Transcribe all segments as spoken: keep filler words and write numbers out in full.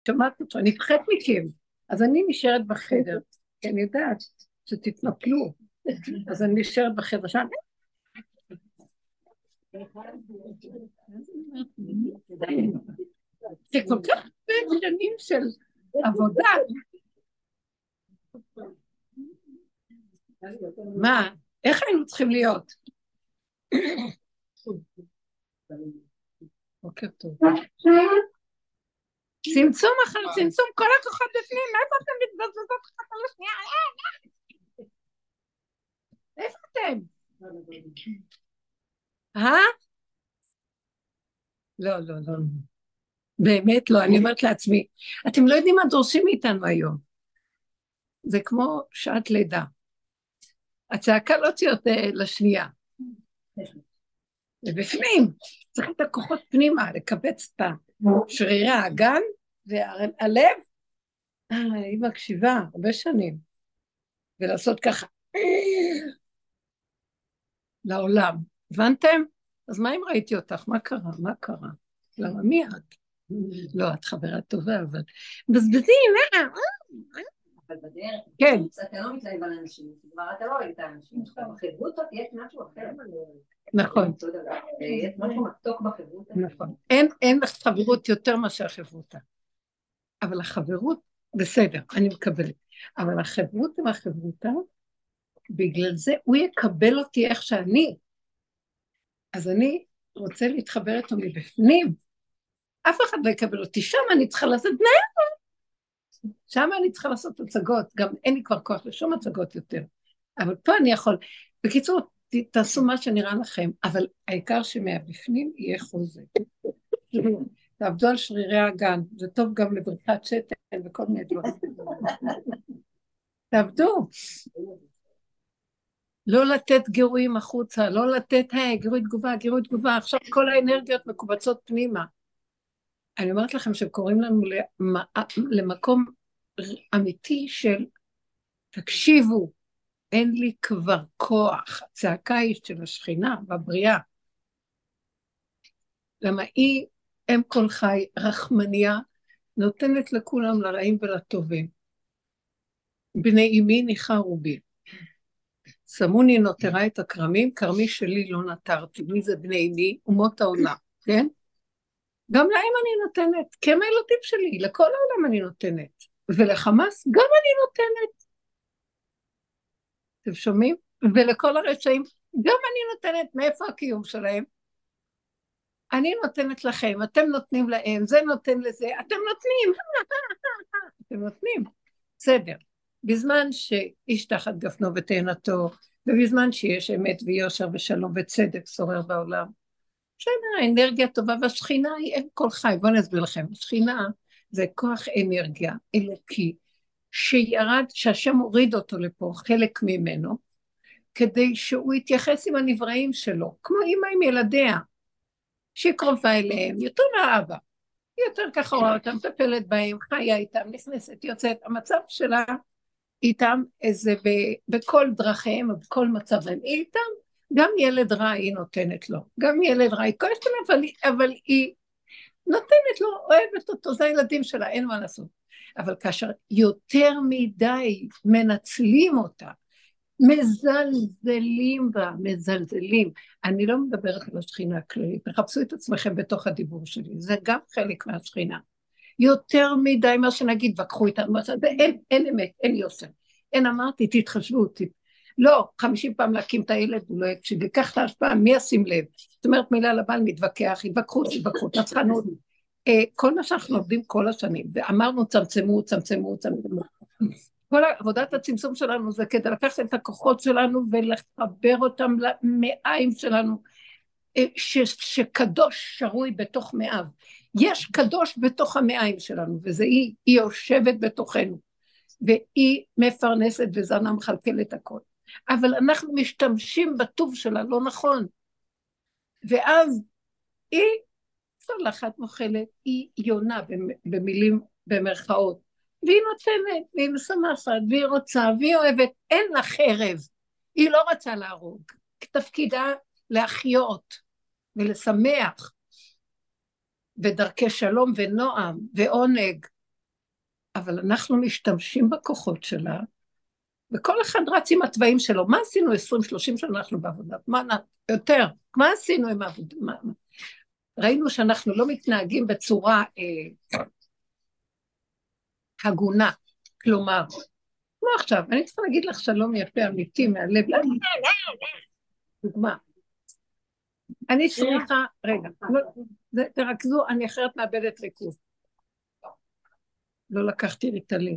שומעת אותו, אני פחד מכם, אז אני נשארת בחדר, כי אני יודעת שתתנפלו, אז אני נשארת בחדר שם. זה כל כך הרבה שנים של עבודה. מה? איך היינו צריכים להיות? בוקר טוב. צמצום אחר צמצום, כל הכוחות בפנים, איפה אתם מתבזבזות אחת על השנייה? איפה אתם? אה? לא, לא, לא. באמת לא, אני אומרת לעצמי, אתם לא יודעים מה דורשים מאיתנו היום. זה כמו שעת לידה. הצעקה לא תהיה לשנייה. ובפנים, צריך את הכוחות פנימה, לקבץ את שרירי האגן, והלב, אה, היא מקשיבה הרבה שנים, ולעשות ככה, לעולם. הבנתם? אז מה אם ראיתי אותך? מה קרה? מה קרה? למה? מי את? לא, את חברה טובה, אבל... בזבזים, אה, אה, אבל בדרך, כן. אתה לא מתלהב על אנשים, כבר אתה לא רואה את האנשים, בחברות יש משהו אחר. נכון. יש משהו מתוק בחברות. נכון. אין חברות יותר מאשר חברותה. אבל החברות, בסדר, אני מקבלת. אבל החברות עם החברותה, בגלל זה הוא יקבל אותי איך שאני. אז אני רוצה להתחבר איתו מבפנים. אף אחד לא יקבל אותי, שם אני צריכה לעשות נהל. שם אני צריכה לעשות הצגות, גם אין לי כבר כוח לשום הצגות יותר. אבל פה אני יכול. בקיצור, תעשו מה שנראה לכם, אבל העיקר שמהבפנים יהיה חוזק. תעבדו על שרירי הגן, זה טוב גם לבריחת שתן וכל מיני דברים. תעבדו. לא לתת גירויים החוצה, לא לתת, היי, גירוי תגובה, גירוי תגובה, עכשיו כל האנרגיות מקובצות פנימה. אני אומרת לכם שקוראים לנו למקום אמיתי של, תקשיבו, אין לי כבר כוח, הצעקה היא של השכינה בבריאה. למה היא, אם כל חי, רחמניה, נותנת לכולם לרעים ולטובים. בני אמי ניחרו בי. שמוני נותרה את הקרמים, קרמי שלי לא נתרתי. מי זה בני אמי? אומות העולם, כן? גם להם אני נותנת, כי הם הילדים שלי, לכל העולם אני נותנת. ולחמאס גם אני נותנת. אתם שומעים? ולכל הרשעים גם אני נותנת. מאיפה הקיום שלהם? אני נותנת לכם, אתם נותנים להם, זה נותן לזה, אתם נותנים, אתם נותנים, בסדר. בזמן שאיש תחת גפנו ותאנתו, ובזמן שיש אמת ויושר ושלום וצדק שורר בעולם, בסדר, האנרגיה טובה והשכינה היא אין כל חי. בואו נסביר לכם, השכינה זה כוח אנרגיה אלוקי, שירד, שהשם הוריד אותו לפה, חלק ממנו, כדי שהוא יתייחס עם הנבראים שלו, כמו אמא עם ילדיה, שהיא קרובה אליהם, יותר מהאבא, היא יותר ככה רואה אותם, מטפלת בהם, חיה איתם, נכנסת, יוצאת, המצב שלה איתם, איזה ב, בכל דרכיהם, בכל מצבם, היא איתם, גם ילד רע היא נותנת לו, גם ילד רע היא כועסת עליו, אבל, אבל היא נותנת לו, אוהבת אותו, זה הילדים שלה, אין מה לעשות. אבל כאשר יותר מדי מנצלים אותה, מזלזלים בה, מזלזלים. אני לא מדברת על השכינה הכללית, תחפשו את עצמכם בתוך הדיבור שלי, זה גם חלק מהשכינה. יותר מדי מה שנגיד, וקחו איתנו, אין, אין אמת, אין יוסר. אין אמרתי, תתחשבו אותי. לא, חמישים פעם להקים את הילד, הוא לא יקשיב, לקח את ההשפעה, מי ישים לב? זאת אומרת, מילה לבעל מתווכח, יתווכחו, יתווכחו, נצחנות. כל מה שאנחנו עובדים כל השנים, ואמרנו צמצמו, צמצמו, צמצמו. כל עבודת הצמצום שלנו זה כדי לקחת את הכוחות שלנו ולחבר אותם למאיים שלנו, ש, שקדוש שרוי בתוך מאיו. יש קדוש בתוך המאיים שלנו, וזה היא, היא יושבת בתוכנו, והיא מפרנסת וזנה מחלקלת הכל. אבל אנחנו משתמשים בטוב שלה לא נכון, ואז היא צלחת מוכלת, היא יונה במילים במרכאות, והיא נותנת, והיא משמחת, והיא רוצה, והיא אוהבת, אין לה חרב, היא לא רוצה להרוג, תפקידה להחיות ולשמח, ודרכי שלום ונועם ועונג, אבל אנחנו משתמשים בכוחות שלה, וכל אחד רץ עם התוואים שלו. מה עשינו עשרים שלושים שנה אנחנו בעבודה? מה יותר? מה עשינו עם העבודה? מה, מה? ראינו שאנחנו לא מתנהגים בצורה אה, הגונה, כלומר, כמו עכשיו, אני צריכה להגיד לך שלום יפה אמיתי מהלב, דוגמה. אני צריכה, רגע, לא, זה, תרכזו, אני אחרת מאבדת ריכוז. לא לקחתי ריטלין.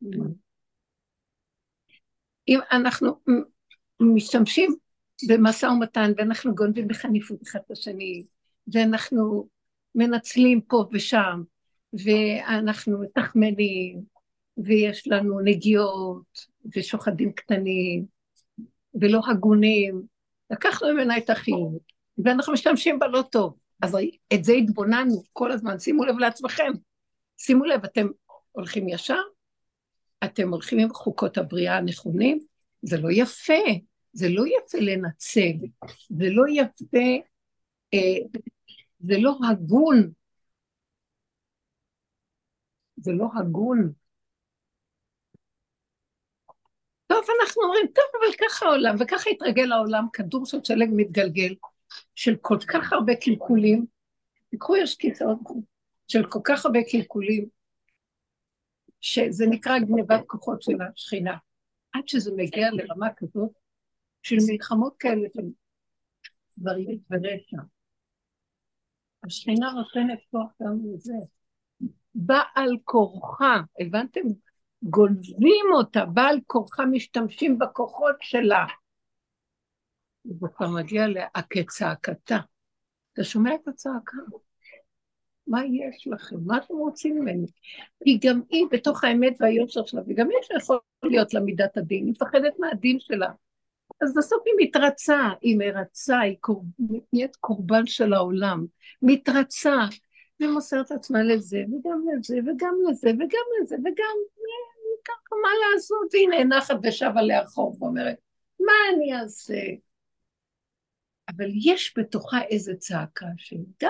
אם אנחנו משתמשים במשא ומתן, ואנחנו גונבים בחניפות אחד את השני, ואנחנו מנצלים פה ושם, ואנחנו מתחמנים, ויש לנו נגיעות, ושוחדים קטנים, ולא הגונים, לקחנו ממנה את החיוב, ואנחנו משתמשים בה לא טוב. אז את זה התבוננו כל הזמן, שימו לב לעצמכם, שימו לב, אתם הולכים ישר, אתם הולכים עם חוקות הבריאה הנכונים, זה לא יפה, זה לא יפה לנצל, זה לא יפה, אה, זה לא הגון, זה לא הגון. טוב, אנחנו אומרים, טוב, אבל ככה העולם, וככה התרגל העולם, כדור של שלג מתגלגל, של כל כך הרבה קלקולים, תקחו יש כיסאות של כל כך הרבה קלקולים, שזה נקרא גנבת כוחות של השכינה, עד שזה מגיע לרמה כזאת, של מלחמות כאלה, של דברים ורשע. השכינה נותנת כוח גם לזה. בעל כורחה, הבנתם? גונבים אותה, בעל כורחה משתמשים בכוחות שלה. וכבר מגיע כצעקתה. אתה שומע את הצעקה? מה יש לכם? מה אתם רוצים ממני? כי גם היא בתוך האמת והיושר שלה, וגם יש יכול להיות לה מידת הדין, היא מפחדת מהדין שלה. אז בסוף היא מתרצה, היא מרצה, היא נהיית קורבן של העולם, מתרצה, ומוסרת עצמה לזה, וגם לזה, וגם לזה, וגם לזה, וגם ככה מה לעשות, והיא נאנחת ושבה לאחור, ואומרת, מה אני אעשה? אבל יש בתוכה איזה צעקה של די,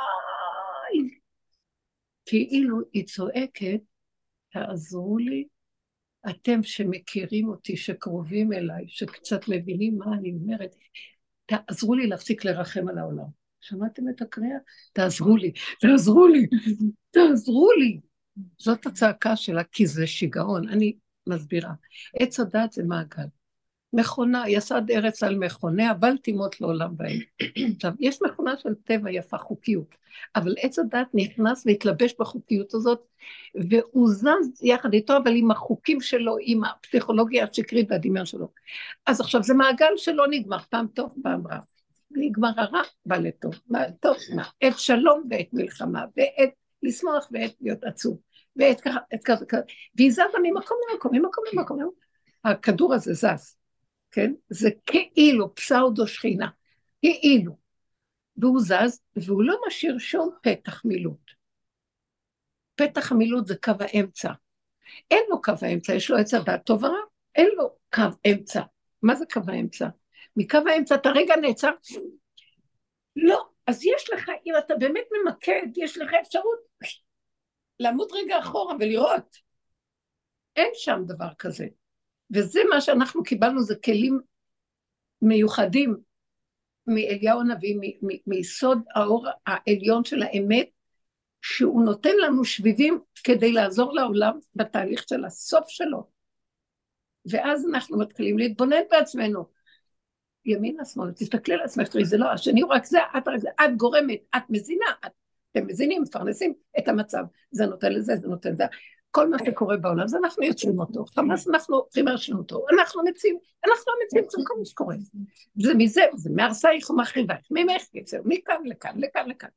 כאילו היא צועקת, תעזרו לי, אתם שמכירים אותי, שקרובים אליי, שקצת מבינים מה אני אומרת, תעזרו לי להפסיק לרחם על העולם. שמעתם את הקריאה? תעזרו לי, תעזרו לי, תעזרו לי. זאת הצעקה שלה, כי זה שיגעון. אני מסבירה. עץ הדת זה מעגל. מכונה, יסד ארץ על מכונה, אבל תימות לעולם בהם. עכשיו, יש מכונה של טבע יפה, חוקיות, אבל עץ הדת נכנס והתלבש בחוקיות הזאת, והוא זז יחד איתו, אבל עם החוקים שלו, עם הפסיכולוגיה השקרית והדמיון שלו. אז עכשיו, זה מעגל שלא נגמר, פעם טוב, פעם רע. נגמר הרע, בא לטוב. מה, טוב, מה? עת שלום ועת מלחמה, ועת לשמוח ועת להיות עצוב, ועת ככה, את כזה, כזה. והיא זזה ממקום למקום, ממקום למקום, הכדור הזה זז. כן? זה כאילו פסאודו שכינה, כאילו, והוא זז, והוא לא משאיר שום פתח מילוט. פתח המילוט זה קו האמצע. אין לו קו האמצע, יש לו עץ הדעת טוב ורע, אין לו קו אמצע. מה זה קו האמצע? מקו האמצע אתה רגע נעצר? לא, אז יש לך, אם אתה באמת ממקד, יש לך אפשרות לעמוד רגע אחורה ולראות. אין שם דבר כזה. וזה מה שאנחנו קיבלנו, זה כלים מיוחדים מאליהו הנביא, מיסוד האור העליון של האמת, שהוא נותן לנו שביבים כדי לעזור לעולם בתהליך של הסוף שלו. ואז אנחנו מתחילים להתבונן בעצמנו. ימין השמאל, תסתכלי על עצמך, זה לא, השני הוא רק זה, את, רק זה, את גורמת, את מזינה, את, אתם מזינים, מפרנסים את המצב, זה נותן לזה, זה נותן לזה. כל מה שקורה בעולם, אז אנחנו יוצרים אותו, חמאס אנחנו חימרשנו אותו, אנחנו מציעים, אנחנו מציעים, זה כל מה שקורה. זה מזה, זה מהרסייך ומחריבייך, ממך יצר, מכאן לכאן, לכאן לכאן.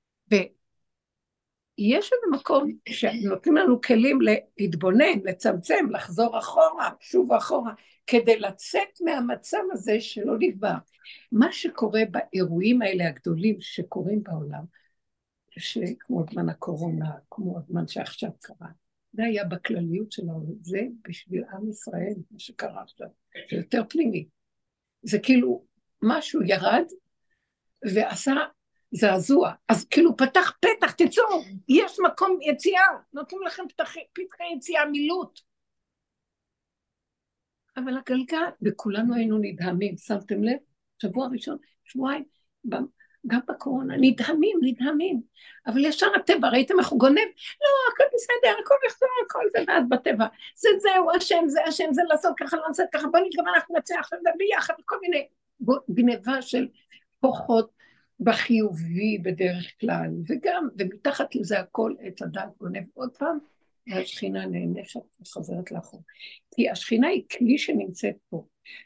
ויש איזה מקום שנותנים לנו כלים להתבונן, לצמצם, לחזור אחורה, שוב אחורה, כדי לצאת מהמצב הזה שלא נגבר. מה שקורה באירועים האלה הגדולים שקורים בעולם, שכמו זמן הקורונה, כמו הזמן שעכשיו קרה, זה היה בכלליות של העולם, זה בשביל עם ישראל, מה שקרה עכשיו, זה יותר פנימי. זה כאילו משהו ירד ועשה זעזוע, אז כאילו פתח פתח, תצאו, יש מקום יציאה, נותנים לכם פתחי, פתחי יציאה מילוט. אבל הגלגל, וכולנו היינו נדהמים, שמתם לב? שבוע ראשון, שבועיים, גם בקורונה, נדהמים, נדהמים. אבל ישר הטבע, ראיתם איך הוא גונב? לא, הכל בסדר, הכל יחזור, הכל זה ואז בטבע. זה זהו, השם, זה השם, זה לעשות ככה, לא לעשות ככה, בוא נתגמר, אנחנו נצא עכשיו ביחד, כל מיני גניבה של כוחות בחיובי בדרך כלל, וגם, ומתחת לזה הכל את הדעת גונב עוד פעם, והשכינה נאנסת וחזרת לאחור. כי השכינה היא כלי שנמצאת פה,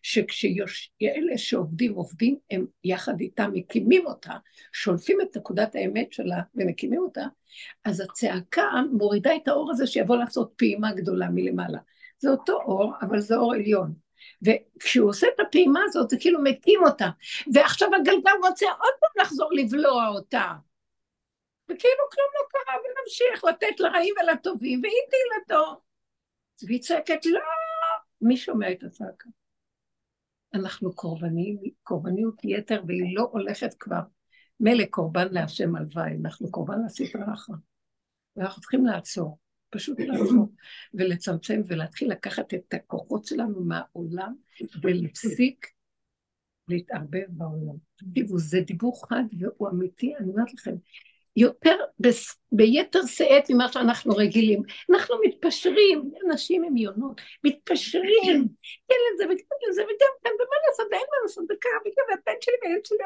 שכשאלה שעובדים עובדים, הם יחד איתם מקימים אותה, שולפים את נקודת האמת שלה ומקימים אותה, אז הצעקה מורידה את האור הזה שיבוא לעשות פעימה גדולה מלמעלה. זה אותו אור, אבל זה אור עליון. וכשהוא עושה את הפעימה הזאת, זה כאילו מקים אותה. ועכשיו הגלגל רוצה עוד פעם לחזור לבלוע אותה. וכאילו כלום לא קרה, ונמשיך לתת לרעים ולטובים, והיא תהילתו. והיא צעקת, לא! מי שומע את הצעקה? אנחנו קורבנים, קורבניות יתר, והיא לא הולכת כבר. מלא קורבן להשם הלוואי, אנחנו קורבן לסטרא אחרא. ואנחנו צריכים לעצור, פשוט לעצור, ולצמצם, ולהתחיל לקחת את הכוחות שלנו מהעולם, ולהפסיק להתערבב בעולם. תראו, זה דיבור חד והוא אמיתי, אני אומרת לכם, יותר בס... ביתר שאת ממה שאנחנו רגילים. אנחנו מתפשרים, אנשים עם יונות, מתפשרים, כן לזה וגם לזה וגם כאן, ומה לעשות, ואין מה לעשות, וככה, וגם והבן שלי והילד שלי.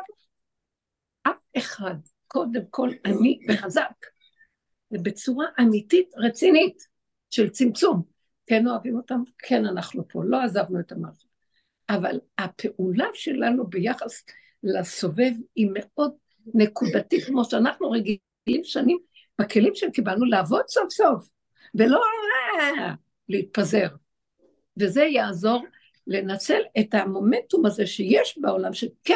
אף אחד, קודם כל אני וחזק, ובצורה אמיתית, רצינית, של צמצום. כן אוהבים אותם, כן אנחנו פה, לא עזבנו את המערכת. אבל הפעולה שלנו ביחס לסובב היא מאוד נקודתית, כמו שאנחנו רגילים שנים בכלים שקיבלנו לעבוד סוף סוף, ולא להתפזר. וזה יעזור לנצל את המומנטום הזה שיש בעולם, שכן,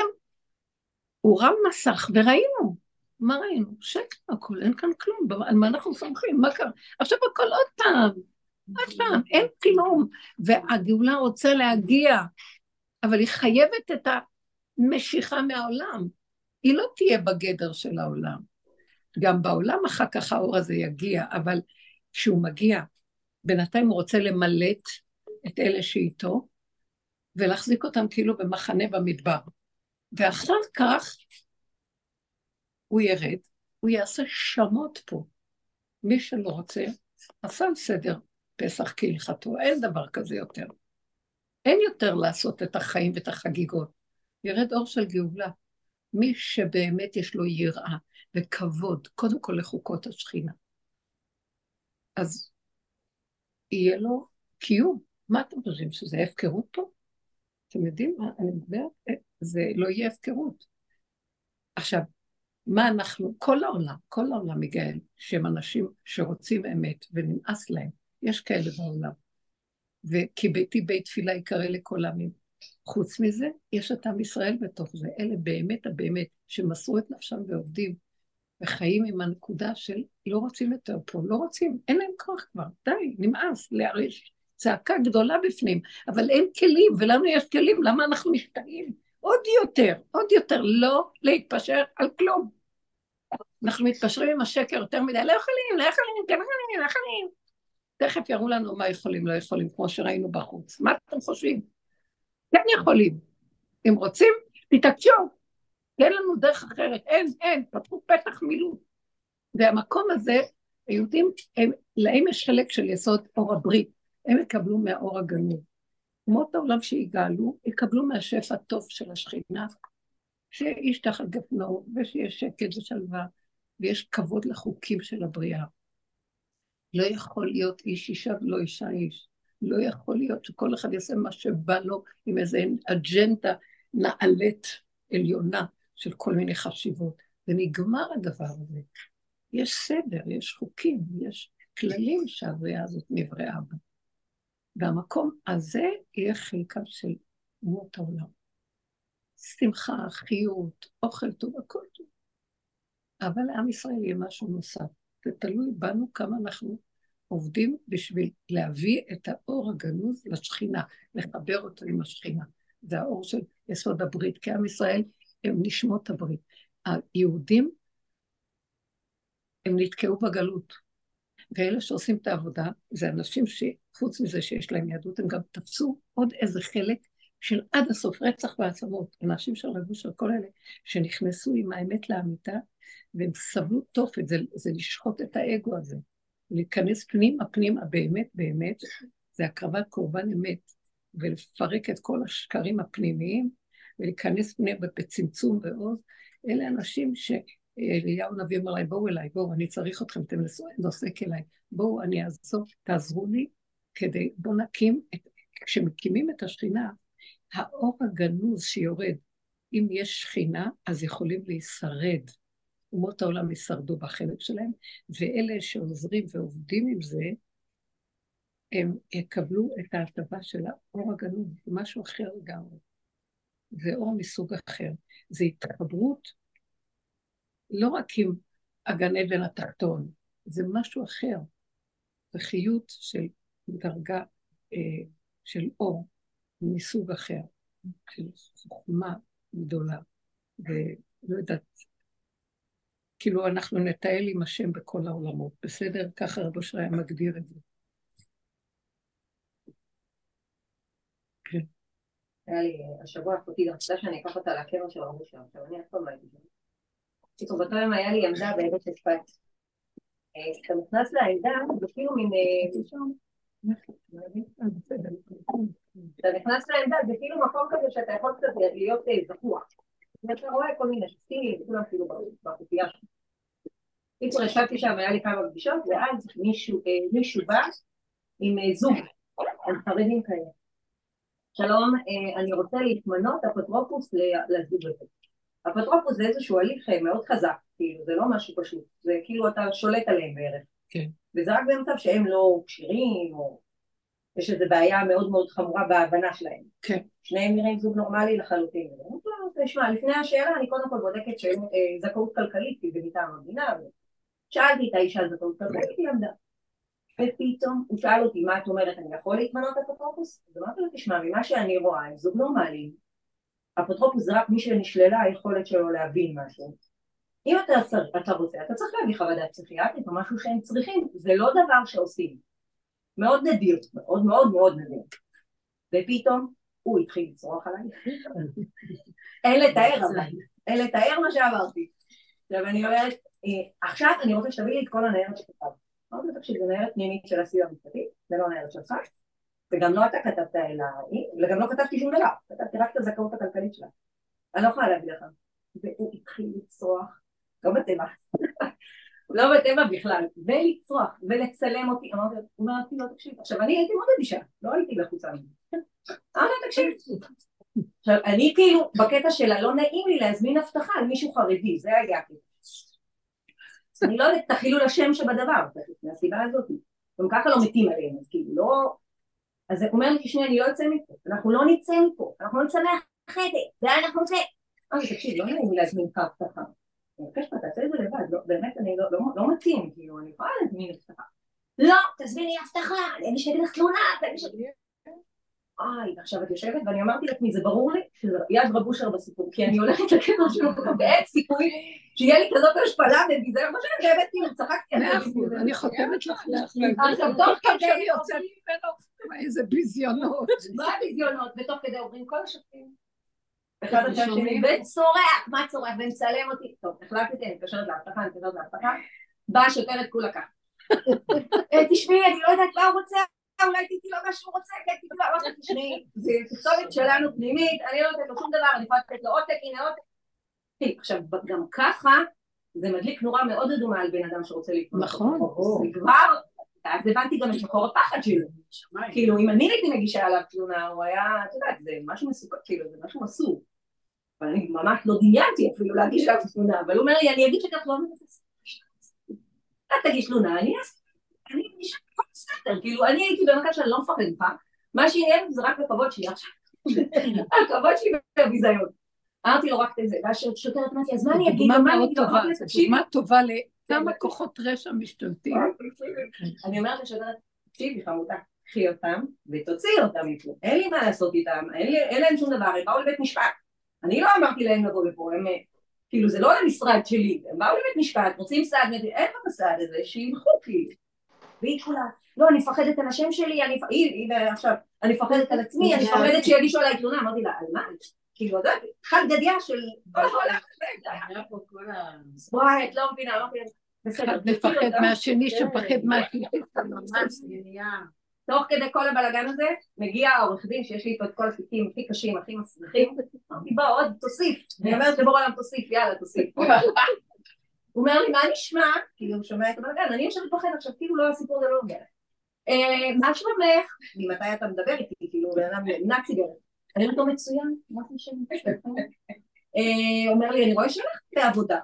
הוא רם מסך, וראינו, מה ראינו? שקר הכל, אין כאן כלום, על מה אנחנו סומכים, מה קרה? עכשיו הכל עוד פעם, עוד פעם, אין כלום, והגאולה רוצה להגיע, אבל היא חייבת את המשיכה מהעולם, היא לא תהיה בגדר של העולם. גם בעולם אחר כך האור הזה יגיע, אבל כשהוא מגיע, בינתיים הוא רוצה למלט את אלה שאיתו, ולהחזיק אותם כאילו במחנה במדבר. ואחר כך הוא ירד, הוא יעשה שמות פה. מי שלא רוצה, עשה סדר פסח כהלכתו, אין דבר כזה יותר. אין יותר לעשות את החיים ואת החגיגות. ירד אור של גאולה. מי שבאמת יש לו יראה וכבוד, קודם כל לחוקות השכינה. אז יהיה לו קיום. מה אתם חושבים? שזה הפקרות פה? אתם יודעים מה? אני מדברת, זה לא יהיה הפקרות. עכשיו, מה אנחנו, כל העולם, כל העולם מגאל, שהם אנשים שרוצים אמת ונמאס להם. יש כאלה בעולם. וכי ביתי בית תפילה יקרא לכל העמים. חוץ מזה, יש את עם ישראל בתוך זה. אלה באמת הבאמת שמסרו את נפשם ועובדים וחיים עם הנקודה של לא רוצים יותר פה, לא רוצים, אין להם כוח כבר, די, נמאס, להרש צעקה גדולה בפנים, אבל אין כלים, ולנו יש כלים, למה אנחנו משתגעים? עוד יותר, עוד יותר, לא להתפשר על כלום. אנחנו מתפשרים עם השקר יותר מדי, לא יכולים, לא יכולים, כן יכולים, לא יכולים. תכף יראו לנו מה יכולים, לא יכולים, כמו שראינו בחוץ. מה אתם חושבים? כן יכולים. אם רוצים, תתעקשו. אין לנו דרך אחרת, אין, אין, פתחו פתח מילוט. והמקום הזה, היהודים, הם, להם יש חלק של יסוד אור הברית, הם יקבלו מהאור הגנוב. אומות העולם שיגאלו, יקבלו מהשפע הטוב של השכינה, שיש תחת גפנו, ושיש שקט ושלווה, ויש כבוד לחוקים של הבריאה. לא יכול להיות איש אישה ולא אישה איש. לא יכול להיות שכל אחד יעשה מה שבא לו עם איזו אג'נדה נעלית עליונה של כל מיני חשיבות. ונגמר הדבר הזה. יש סדר, יש חוקים, יש כללים שהבריאה הזאת נבראה בה. והמקום הזה יהיה חלקה של אומות העולם. שמחה, חיות, אוכל טוב, הכל טוב. אבל לעם ישראל יהיה משהו נוסף. זה תלוי בנו כמה אנחנו עובדים בשביל להביא את האור הגנוז לשכינה, לחבר אותו עם השכינה. זה האור של יסוד הברית, כי עם ישראל הם נשמות הברית. היהודים, הם נתקעו בגלות, ואלה שעושים את העבודה, זה אנשים שחוץ מזה שיש להם יהדות, הם גם תפסו עוד איזה חלק של עד הסוף רצח בעצמות, אנשים של רבו של כל אלה, שנכנסו עם האמת לאמיתה, והם סבלו תופת, זה, זה לשחוט את האגו הזה, להיכנס פנימה, פנימה, באמת, באמת, זה הקרבת קורבן אמת, ולפרק את כל השקרים הפנימיים, ולהיכנס פנימה בצמצום ועוז, אלה אנשים שאליהו נביא אומר להם, בואו אליי, בואו, אני צריך אתכם, אתם נוסק אליי, בואו, אני אעזור, תעזרו לי, כדי, בואו נקים, את, כשמקימים את השכינה, האור הגנוז שיורד, אם יש שכינה, אז יכולים להישרד, אומות העולם ישרדו בחלק שלהם, ואלה שעוזרים ועובדים עם זה, הם יקבלו את ההטבה של האור הגנוז, זה משהו אחר לגמרי. זה אור מסוג אחר. זה התחברות, לא רק עם הגן עדן התחתון, זה משהו אחר. זה חיות של דרגה אה, של אור מסוג אחר, של חוכמה גדולה, ולא יודעת, כאילו אנחנו נטייל עם השם בכל העולמות, בסדר? ככה רבו שהיה מגדיר את זה. כן. היה לי השבוע אחותי, גם חשדה שאני אקח אותה לקבר של רבו שם, עכשיו אני אף פעם לא הייתי שם. פתאום באותו יום היה לי עמדה בעמדת צפת. כשאתה נכנס לעמדה, זה כאילו מין... אתה נכנס לעמדה, זה כאילו מקום כזה שאתה יכול קצת להיות זכוח. ואתה רואה כל מיני שפטים, וכולם כאילו בחופייה שם. קיצור, ישבתי שם, היה לי כמה פגישות, ואז מישהו בא עם זוג, הם חרדים כאלה. שלום, אני רוצה להתמנות אפוטרופוס לזוג הזה. אפוטרופוס זה איזשהו הליך מאוד חזק, כאילו, זה לא משהו פשוט, זה כאילו אתה שולט עליהם בערך. כן. וזה רק במצב שהם לא קשירים, או יש איזו בעיה מאוד מאוד חמורה בהבנה שלהם. כן. שניהם נראים זוג נורמלי לחלוטין. תשמע, לפני השאלה אני קודם כל בודקת שזכאות כלכלית, כי זה מטעם המדינה, שאלתי את האישה זכאות כלכלית, היא עמדה. ופתאום הוא שאל אותי, מה את אומרת, אני יכול להתמנות אפוטרופוס? אז אמרתי לו, תשמע, ממה שאני רואה, הם זוג נורמלי, אפוטרופוס זה רק מי שנשללה היכולת שלו להבין משהו. אם אתה, אתה רוצה, אתה צריך להביא חוות דעת פסיכיאטרית או משהו שהם צריכים, זה לא דבר שעושים. מאוד נדיר, מאוד מאוד מאוד נדיר. ופתאום הוא התחיל לצרוח עליי. אין לתאר עליי, אין לתאר מה שאמרתי. עכשיו אני אומרת, עכשיו אני רוצה שתביא לי את כל הניירת שכתב. אמרתי לך שזה ניירת פנימית של הסיוע המשפטי, זה לא ניירת שלך, וגם לא אתה כתבת אליי, וגם לא כתבתי שום דבר, כתבתי רק את הזכאות הכלכלית שלה. אני לא יכולה להביא לך. והוא התחיל לצרוח, לא בטבע, לא בטבע בכלל, ולצרוח, ולצלם אותי, אמרתי לו, תקשיב, עכשיו אני הייתי מאוד אדישה, לא הייתי לחוצה מזה. אמרתי לו, תקשיב. עכשיו, אני כאילו, בקטע שלה, לא נעים לי להזמין הבטחה על מישהו חרדי, זה היה כאילו. אני לא יודעת, תחילו לשם שבדבר, מהסיבה הזאת. גם ככה לא מתים עליהם, אז כאילו, לא... אז הוא אומר לי, תשמע, אני לא יוצא מפה, אנחנו לא נצא מפה, אנחנו לא נצא מהחדר, זה אנחנו נצא. אמרתי, תקשיב, לא נעים לי להזמין לך הבטחה. אני מבקש לך, תעשה את זה לבד, באמת, אני לא מתאים, כאילו, אני יכולה להזמין הבטחה. לא, תזמיני הבטחה, אני שתגיד לך תלונה, אני שתגיד... איי, עכשיו את יושבת, ואני אמרתי לעצמי, זה ברור לי שזה יד רבושר בסיפור, כי אני הולכת לקטע שלו, ואין סיכוי שיהיה לי כזאת השפלה וביזיון, מה שאני באמת כאילו צחקתי. אני חותמת לך להחליט. עכשיו, תוך כדי יוצא ממנו, איזה ביזיונות. מה ביזיונות? ותוך כדי עוברים כל השופטים. אחד השני, וצורח, מה צורח? ומצלם אותי. טוב, החלטתי, אני מתקשרת להבטחה, אני מתקשרת להבטחה, באה שוטרת כולה כך. תשמעי, אני לא יודעת מה הוא רוצה, אולי תיתי לו מה שהוא רוצה, כן, תיתי לו, לא תשמעי, זה תכתובת שלנו פנימית, אני לא יודעת לו שום דבר, אני יכולה לתת לו עותק, הנה עותק. עכשיו, גם ככה, זה מדליק נורה מאוד אדומה על בן אדם שרוצה להתמודד. נכון. זה כבר, אז הבנתי גם את מקור הפחד שלו. כאילו, אם אני הייתי מגישה עליו תלונה, הוא היה, אתה יודע, זה משהו מסוכן, כאילו, זה משהו אסור. אבל אני ממש לא דמיינתי אפילו להגיש עליו תלונה, אבל הוא אומר לי, אני אגיד שכך לא מתעסק. אתה תגיש תלונה, אני אעשה. אני אגיש כל סדר, כאילו, אני הייתי במקרה שאני לא מפחד לך, מה שיהיה זה רק בכבוד שלי עכשיו. הכבוד שלי בביזיון. אמרתי לו רק את זה, והשוטרת אמרתי, אז מה אני אגיד? זו דוגמה טובה לכמה כוחות רשע משתלטים. אני אומרת לשוטרת, תקשיבי חמודה, קחי אותם ותוציאי אותם מפה, אין לי מה לעשות איתם, אין להם שום דבר, הם באו לבית משפט. אני לא אמרתי להם לבוא לפה, הם כאילו זה לא למשרד שלי, הם באו לבית משפט, רוצים סעד, אין לך הסעד הזה, שילכו כאילו. והיא כולה, לא, אני מפחדת על השם שלי, אני, היא, היא עכשיו, אני מפחדת על עצמי, אני מפחדת שיגישו עליי תלונה, אמרתי לה, על מה? כאילו, זה חד גדיה של כל העולם, וואי, את לא מבינה, לא מבינה. אחד מפחד מהשני שפחד מהשני. תוך כדי כל הבלגן הזה, מגיע העורך דין שיש לי איתו את כל הסיכים הכי קשים, הכי מסריחים, אמרתי בוא עוד תוסיף, אני אומרת לבור עליו תוסיף, יאללה תוסיף. הוא אומר לי מה נשמע, כאילו הוא שומע את הבלגן, אני יושבת בחדר עכשיו, כאילו לא הסיפור זה לא אומר. מה שלומך? ממתי אתה מדבר איתי, כאילו נאצי גרם. אני אומרת לו מצוין, מה זה שם? אומר לי אני רואה שלך בעבודה,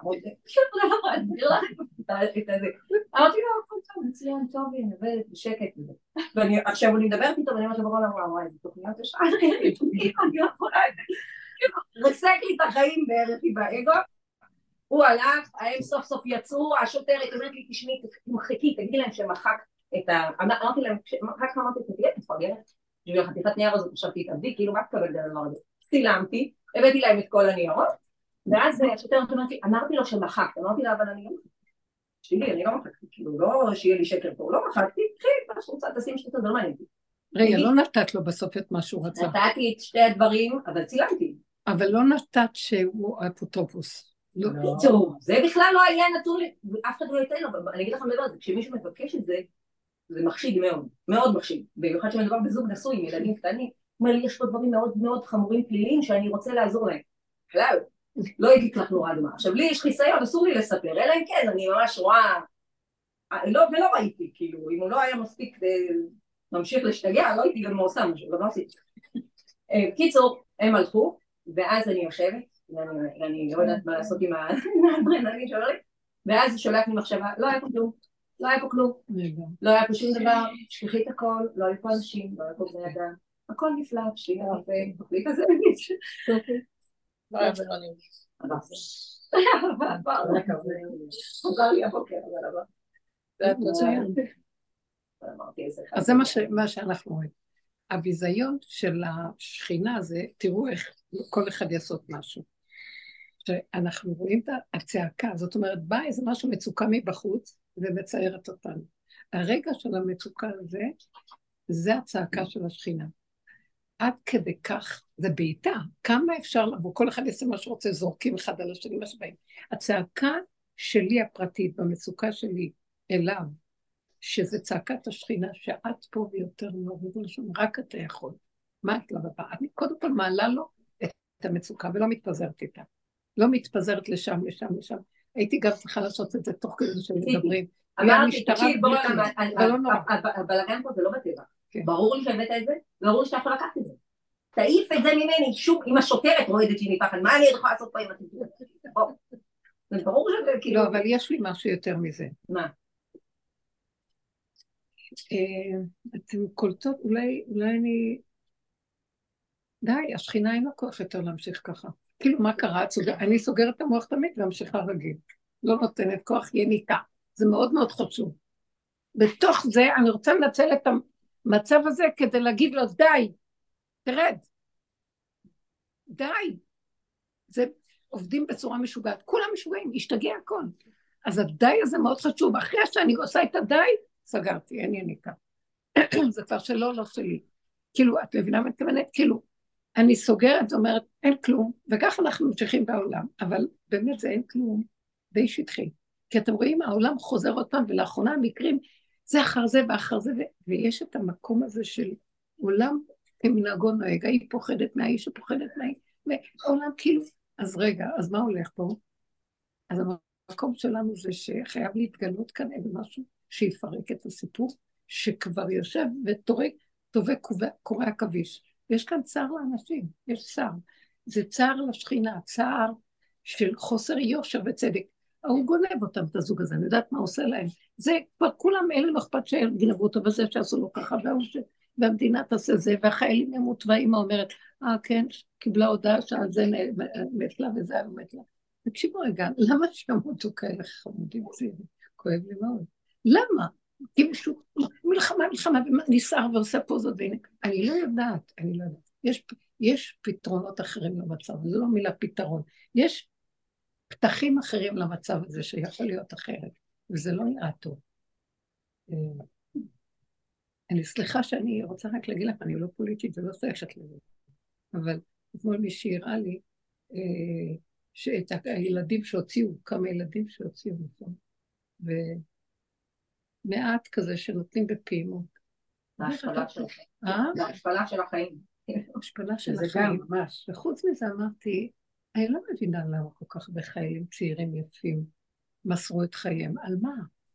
אמרתי לו הכל טוב, מצוין, טוב, אני עובדת בשקט ועכשיו אני מדברת איתו ואני אומרת לו וואי וואי, זה תוכניות יש אני לא יכולה את זה רסק לי את החיים בערך עם האגו. הוא הלך, הם סוף סוף יצאו, השוטרת אומרת לי תשמעי, תמחקי, תגידי להם שמחק את ה... אמרתי להם, רק אמרתי תגידי, תפגרת בשביל החתיכת נייר הזאת, חשבתי תעבדי, כאילו מה תקבל דבר הזה? צילמתי, הבאתי להם את כל הניירות, ואז השוטרת אומרת לי, אמרתי לו שמחקת, אמרתי לה, אבל אני לא מחקתי, שלי, אני לא מחקתי, כאילו, לא שיהיה לי שקר פה, לא מחקתי, תחי, מה שרוצה, תשים שתי זה לא מעניין אותי. רגע, לא נתת לו בסוף את מה שהוא רצה. נתתי את שתי הדברים, אבל צילמתי. אבל לא נתת שהוא אפוטרופוס. טוב, זה בכלל לא היה נתון, אף אחד לא ייתן לו, אני אגיד לך מדבר על זה, כשמישהו מבקש את זה, זה מחשיד מאוד, מאוד מחשיד, במיוחד שמדובר בזוג נשוי עם ילדים קטנים, אומר לי, יש פה דברים מאוד מאוד חמורים פליליים שאני רוצה לעזור להם. כלל, לא הייתי לך נורא דומה. עכשיו, לי יש חיסיון, אסור לי לספר, אלא אם כן, אני ממש רואה, לא, ולא ראיתי, כאילו, אם הוא לא היה מספיק ממשיך להשתגע, לא הייתי גם מעושה משהו, לא עשיתי. קיצור, הם הלכו, ואז אני יושבת, ואני לא יודעת מה לעשות עם האדרנלין שלו, ואז שולח לי מחשבה, לא היה פה כלום, לא היה פה כלום, לא היה פה שום דבר, שכחי את הכל, לא היה פה אנשים, לא היה פה בני אדם, הכל נפלא, שלי הרבה, תחליט הזה להגיד. לא היה ברונים. חזר לי הבוקר, אבל הבא. אז זה מה שאנחנו רואים. הביזיון של השכינה הזה, תראו איך כל אחד יעשות משהו. שאנחנו רואים את הצעקה, זאת אומרת, בא איזה משהו מצוקה מבחוץ, ומציירת אותנו. הרגע של המצוקה הזה, זה הצעקה של השכינה. עד כדי כך, זה בעיטה, כמה אפשר לבוא, כל אחד יעשה מה שרוצה, זורקים אחד על השני, מה שבאים. הצעקה שלי הפרטית, במצוקה שלי אליו, שזה צעקת השכינה, שאת פה ויותר מוריד לשם, רק אתה יכול. מה את לא בבא? אני קודם כל מעלה לו את המצוקה, ולא מתפזרת איתה. לא מתפזרת לשם, לשם, לשם. הייתי גם צריכה לעשות את זה תוך כדי שמדברים. אמרתי, תקשיב, בואו, הבלגן פה זה לא בטבע. ברור לי שהבאת את זה, ברור לי שאתה יכול לקחת את זה. תעיף את זה ממני, שוב, אם השוטרת רועדת שהיא מפחד, מה אני יכולה לעשות פה עם הטיפול? זה ברור שזה כאילו... לא, אבל יש לי משהו יותר מזה. מה? אתם קולטות, אולי אני... די, השכינה אין לה כוח יותר להמשיך ככה. כאילו מה קרה? אני סוגרת את המוח תמיד והמשיכה רגיל. לא נותנת כוח יניקה. זה מאוד מאוד חשוב. בתוך זה אני רוצה לנצל את המצב הזה כדי להגיד לו די, תרד. די. זה עובדים בצורה משוגעת. כולם משוגעים, השתגע הכל. אז הדי הזה מאוד חשוב. אחרי שאני עושה את הדי, סגרתי, אין יניקה. זה כבר שלא, לא שלי. כאילו, את מבינה מה את מתכוונת? כאילו, אני סוגרת, זאת אומרת, אין כלום, וכך אנחנו ממשיכים בעולם, אבל באמת זה אין כלום, די שטחי. כי אתם רואים, העולם חוזר עוד פעם, ולאחרונה המקרים, זה אחר זה ואחר זה, ויש את המקום הזה של עולם כמנהגו נוהג, היא פוחדת מהאיש שפוחדת מהאיש, ועולם כאילו, אז רגע, אז מה הולך פה? אז המקום שלנו זה שחייב להתגלות כאן איזה משהו שיפרק את הסיפור, שכבר יושב וטורק, טובה קורא עכביש. יש כאן צער לאנשים, יש צער. זה צער לשכינה, צער של חוסר יושר וצדק. הוא גונב אותם, את הזוג הזה, אני יודעת מה עושה להם. זה כבר כולם אלה לא אכפת שגנבו אותו בזה שעשו לו ככה, והמדינה תעשה זה, והחיילים ימות, והאמא אומרת, אה כן, קיבלה הודעה שעל זה מת לה וזה היה מת לה. תקשיבו רגע, למה שימותו כאלה חמודים צעירים? כואב לי מאוד. למה? כי מישהו, מלחמה, מלחמה, נסער ועושה פה זאת, והנה, אני לא יודעת, אני לא יודעת. יש, יש פתרונות אחרים למצב, זו לא מילה פתרון. יש פתחים אחרים למצב הזה שיכול להיות אחרת, וזה לא נראה טוב. אני סליחה שאני רוצה רק להגיד לך, אני לא פוליטית, זה לא שייכת לזה, אבל אתמול מישהי הראה לי, שאת הילדים שהוציאו, כמה ילדים שהוציאו, ומעט כזה שנותנים בפעימות. ההשפלה של החיים. אה? ההשפלה של החיים. ההשפלה של החיים. ממש. וחוץ מזה אמרתי, אני לא מבינה למה כל כך בחיילים צעירים יפים מסרו את חייהם. על מה?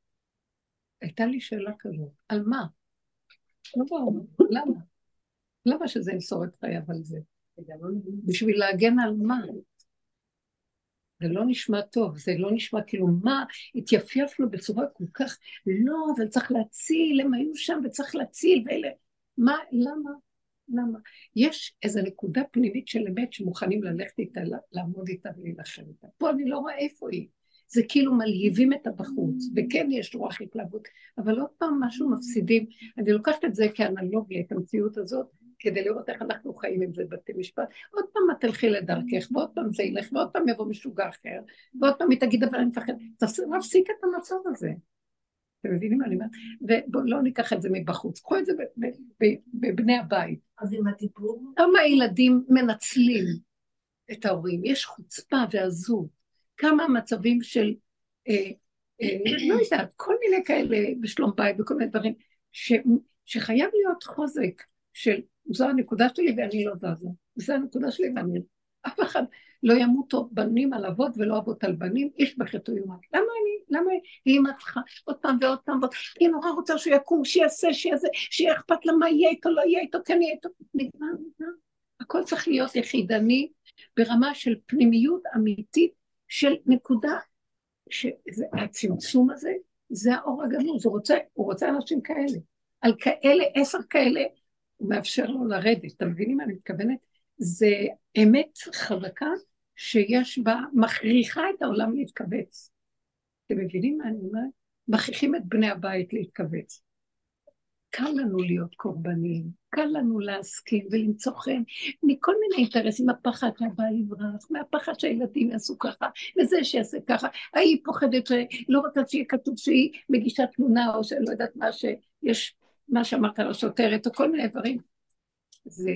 הייתה לי שאלה כזאת. על מה? לא ברור. למה? למה שזה ימסור את חייו על זה? בשביל להגן על מה? זה לא נשמע טוב, זה לא נשמע כאילו מה, התייפייפנו בצורה כל כך, לא, אבל צריך להציל, הם היו שם וצריך להציל, ואלה, מה, למה, למה? יש איזו נקודה פנימית של אמת שמוכנים ללכת איתה, לעמוד איתה ולהילחם איתה. פה אני לא רואה איפה היא, זה כאילו מלהיבים את הבחוץ, וכן יש רוח התלהבות, אבל עוד פעם משהו מפסידים, אני לוקחת את זה כאנלוגיה, את המציאות הזאת, כדי לראות איך אנחנו חיים עם זה בתי משפט, עוד פעם את תלכי לדרכך, ועוד פעם זה ילך, ועוד פעם יבוא משוגע אחר, ועוד פעם היא תגיד, אבל אני מפחד, תפסיק את המצב הזה. אתם מבינים מה אני אומרת? ובואו לא ניקח את זה מבחוץ, קחו את זה בבני הבית. אז עם הדיבור? כמה ילדים מנצלים את ההורים, יש חוצפה ועזות, כמה מצבים של, אה, אה, לא יודעת, כל מיני כאלה בשלום בית, וכל מיני דברים, ש, שחייב להיות חוזק, של זו הנקודה שלי ואני לא זזה, זו הנקודה שלי ואני, אף אחד לא ימותו בנים על אבות ולא אבות על בנים, איש בחטא יומת. למה אני, למה היא מצחה עוד פעם ועוד פעם ועוד, היא נורא רוצה שהוא יקום, שיעשה, שיעשה, שיהיה אכפת לה מה יהיה איתו, לא יהיה איתו, כן יהיה איתו, נגמר, נגמר. הכל צריך להיות יחידני, ברמה של פנימיות אמיתית, של נקודה, שהצמצום הזה, זה האור הגנוז, הוא רוצה, הוא רוצה אנשים כאלה, על כאלה, עשר כאלה, הוא מאפשר לו לרדת, אתם מבינים מה אני מתכוונת? זה אמת חזקה שיש בה, מכריחה את העולם להתכווץ. אתם מבינים מה אני אומרת? מכריחים את בני הבית להתכווץ. קל לנו להיות קורבנים, קל לנו להסכים ולמצוא חן, מכל מיני אינטרסים, הפחד שהבא יברח, מהפחד שהילדים יעשו ככה, וזה שיעשה ככה, ההיא פוחדת שלא רוצה שיהיה כתוב שהיא מגישה תלונה, או שלא יודעת מה שיש, מה שאמרת על השוטרת, או כל מיני דברים. זה,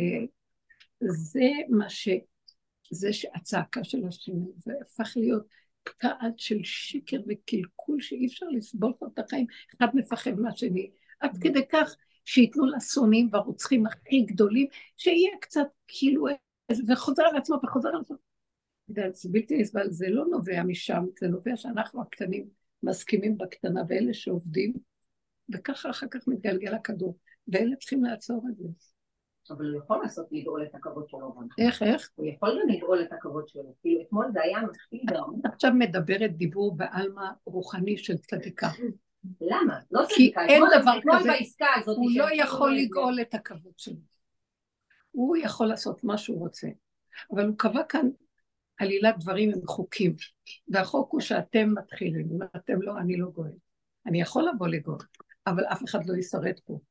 זה מה ש... זה הצעקה של השני, זה הפך להיות פקעת של שקר וקלקול שאי אפשר לסבול את החיים, אחד מפחד מהשני, עד כדי כך שיתנו לסונים והרוצחים הכי גדולים, שיהיה קצת כאילו, וחוזר על עצמו וחוזר על עצמו. זה בלתי נסבל, זה לא נובע משם, זה נובע שאנחנו הקטנים מסכימים בקטנה, ואלה שעובדים, וככה אחר כך מתגלגל הכדור, ואלה צריכים לעצור את זה. אבל הוא יכול לעשות לגאול את הכבוד שלו. איך, איך? הוא יכול גם לגאול את הכבוד שלו, כאילו אתמול זה היה מתחיל גם. עכשיו מדברת דיבור בעלמה רוחני של צדיקה. למה? לא כי אין דבר כזה, הזאת, הוא לא יכול לגאול את הכבוד שלו. הוא יכול לעשות מה שהוא רוצה, אבל הוא קבע כאן עלילת דברים עם חוקים, והחוק הוא שאתם מתחילים, אם אתם לא, אני לא גואל. אני יכול לבוא לגאול, אבל אף אחד לא ישרד פה.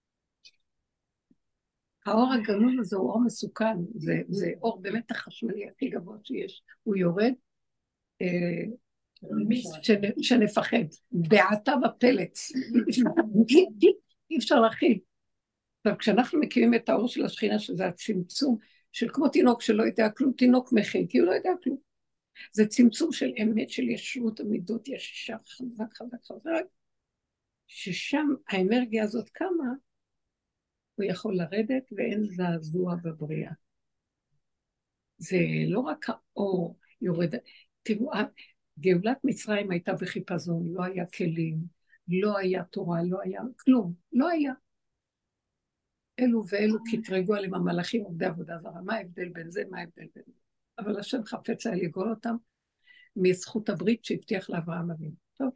האור הגנוז הזה הוא אור מסוכן, זה, זה אור באמת החשמלי הכי גבוה שיש, הוא יורד, אה, שנפחד, בעתה בפלץ, אי אפשר להכיל. עכשיו, כשאנחנו מקימים את האור של השכינה, שזה הצמצום של כמו תינוק שלא יודע כלום, תינוק מכיל, כי הוא לא יודע כלום. זה צמצום של אמת, של ישרות, המידות ישישה, חזק, חזק, חזק, ששם האנרגיה הזאת קמה, הוא יכול לרדת ואין זעזוע בבריאה. זה לא רק האור יורד, תראו, גאולת מצרים הייתה בחיפזון, לא היה כלים, לא היה תורה, לא היה כלום, לא היה. אלו ואלו כתרגו עליהם המלאכים עובדי עבודה זרה, מה ההבדל בין זה, מה ההבדל בין זה? אבל השם חפץ היה לגאול אותם מזכות הברית שהבטיח לאברהם אבינו. טוב.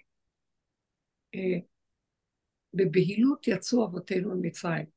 בבהילות יצאו אבותינו ממצרים.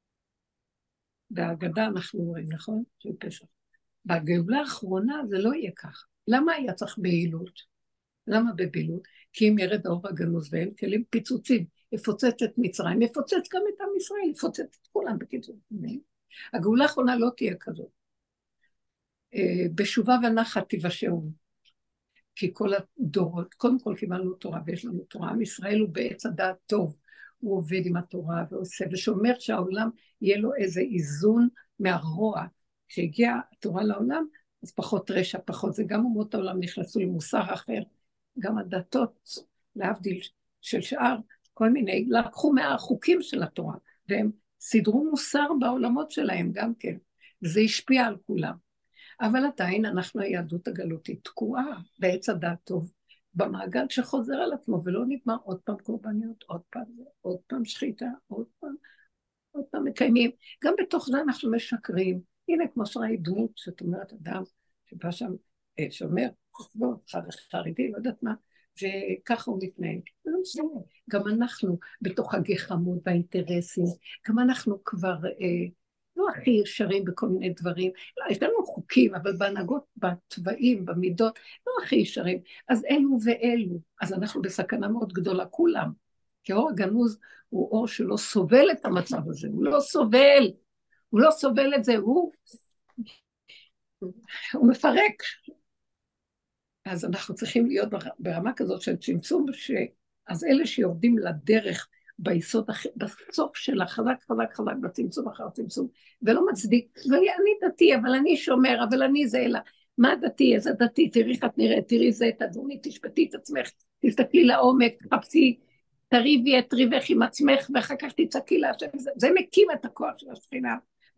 בהגדה אנחנו רואים, נכון? של פסח. בגאולה האחרונה זה לא יהיה כך. למה היה צריך בהילות? למה בבהילות? כי אם ירד האור הגנוז והם כלים פיצוצים, יפוצץ את מצרים, יפוצץ גם את עם ישראל, יפוצץ את כולם בקיצור. הגאולה האחרונה לא תהיה כזאת. בשובה ונחת תיוושעו. כי כל הדורות, קודם כל קיבלנו תורה ויש לנו תורה, עם ישראל הוא בעץ הדעת טוב, הוא עובד עם התורה ועושה ושומר שהעולם יהיה לו איזה איזון מהרוע. כשהגיעה התורה לעולם, אז פחות רשע, פחות זה, גם אומות העולם נכנסו למוסר אחר, גם הדתות, להבדיל של שאר, כל מיני, לקחו מהחוקים של התורה, והם סידרו מוסר בעולמות שלהם גם כן, וזה השפיע על כולם. אבל עדיין אנחנו היהדות הגלותית תקועה בעץ הדעת טוב, במעגל שחוזר על עצמו, ולא נגמר עוד פעם קורבניות, עוד פעם, עוד פעם שחיטה, עוד פעם, עוד פעם מקיימים. גם בתוך זה אנחנו משקרים. הנה, כמו שראי דמות, שאת אומרת, אדם שבא שם, שאומר, חרדי, לא יודעת מה, וככה הוא מתנהג. זה לא משנה. גם אנחנו, בתוך הגחמות והאינטרסים, גם אנחנו כבר אה, לא הכי ישרים בכל מיני דברים. לא, יש לנו חוקים, אבל בהנהגות, בטבעים, במידות, לא הכי ישרים. אז אלו ואלו, אז אנחנו בסכנה מאוד גדולה, כולם. כי האור הגנוז הוא אור שלא סובל את המצב הזה, הוא לא סובל, הוא לא סובל את זה, הוא, הוא מפרק. אז אנחנו צריכים להיות ברמה כזאת של צמצום, ש... אז אלה שיורדים לדרך ביסוד, בסוף של החזק, חזק, חזק, בצמצום אחר צמצום, ולא מצדיק, ואני דתי, אבל אני שומר, אבל אני זה אלא, מה דתי, איזה דתי, תראי איך את נראית, תראי זה, תדוני, תשפטי את עצמך, תסתכלי לעומק, תחפשי, תריבי את ריבך עם עצמך, ואחר כך תצעקי לה, זה, זה מקים את הכוח של השכינה,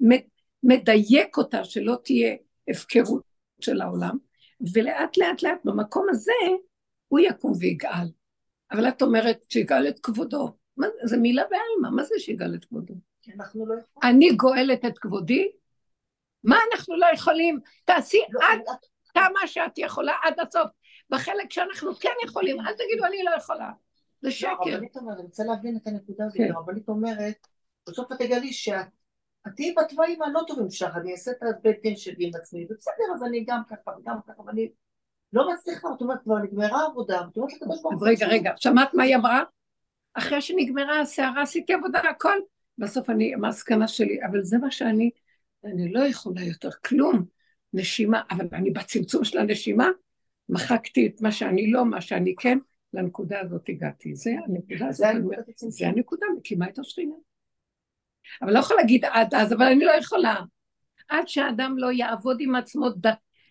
מדייק אותה, שלא תהיה הפקרות של העולם, ולאט לאט לאט במקום הזה, הוא יקום ויגאל. אבל את אומרת שיגאל את כבודו. מה, זה מילה בעלמא, מה זה שיגאל את כבודו? אנחנו לא יכולים. אני גואלת את כבודי? מה אנחנו לא יכולים? תעשי לא, עד לא. כמה שאת יכולה, עד הסוף. בחלק שאנחנו כן יכולים, אל תגידו אני לא יכולה. זה שקר. לא, הרבנית אומרת, אני רוצה להבין את הנקודה הזאת. כן. הרבנית אומרת, בסוף את תגלי שאת תהיי בתוואים הלא טובים שלך, אני אעשה את הבית דין שלי עם עצמי, בסדר, אז אני גם ככה וגם ככה, ואני לא מצליחה, את אומרת, כבר נגמרה העבודה, את אומרת לקדוש ברוך הוא. אז רגע, רגע, שמעת מה היא אמרה? אחרי שנגמרה הסערה, עשיתי עבודה, הכל, בסוף אני, המסקנה שלי, אבל זה מה שאני, אני לא יכולה יותר כלום, נשימה, אבל אני בצמצום של הנשימה, מחקתי את מה שאני לא, מה שאני כן, לנקודה הזאת הגעתי, זה הנקודה, זה, זה, זה הנקודה, מקימה את השכינה. אבל לא יכול להגיד עד אז, אבל אני לא יכולה. עד שהאדם לא יעבוד עם עצמו, ד...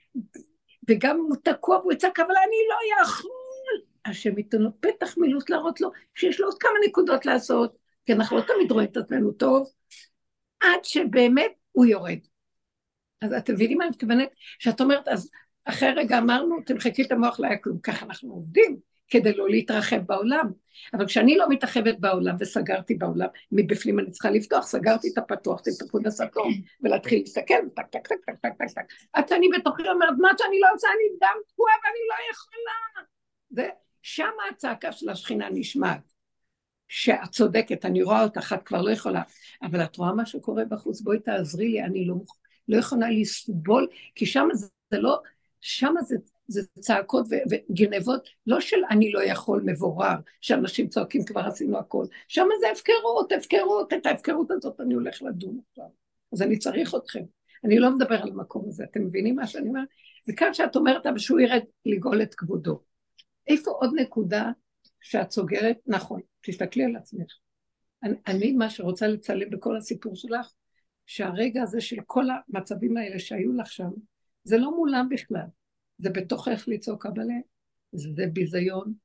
וגם הוא תקוע והוא יצעק, אבל אני לא יכול. השם ייתן לו פתח מילוט להראות לו, שיש לו עוד כמה נקודות לעשות, כי אנחנו לא תמיד רואים את עצמנו טוב, עד שבאמת הוא יורד. אז אתם מבינים מה אני מתכוונת? שאת אומרת, אז אחרי רגע אמרנו, תמחקי את המוח, לא היה כלום, ככה אנחנו עובדים, כדי לא להתרחב בעולם. אבל כשאני לא מתרחבת בעולם, וסגרתי בעולם, מבפנים אני צריכה לפתוח, סגרתי את הפתוח, את הפקוד הסתום, ולהתחיל להסתכל, טק, טק, טק, טק, טק, טק, טק. עד שאני בתוכי אומרת, מה שאני לא עושה, אני דם תקועה, ואני לא יכולה. זה, שם הצעקה של השכינה נשמעת, שאת צודקת, אני רואה אותך, את כבר לא יכולה, אבל את רואה מה שקורה בחוץ, בואי תעזרי לי, אני לא, לא יכולה לסבול, כי שם זה, זה לא, שם זה, זה צעקות ו, וגנבות, לא של אני לא יכול מבורר, שאנשים צועקים כבר עשינו הכל, שם זה הפקרות, הפקרות, את ההפקרות הזאת אני הולך לדון עכשיו, אז אני צריך אתכם, אני לא מדבר על המקום הזה, אתם מבינים מה שאני אומר? וכאן שאת אומרת, אבל שהוא ירד לגאול את כבודו, איפה עוד נקודה שאת סוגרת? נכון, תסתכלי על עצמך. אני, אני מה שרוצה לצלם בכל הסיפור שלך, שהרגע הזה של כל המצבים האלה שהיו לך שם, זה לא מולם בכלל, זה בתוכך לצעוק קבלה, זה ביזיון.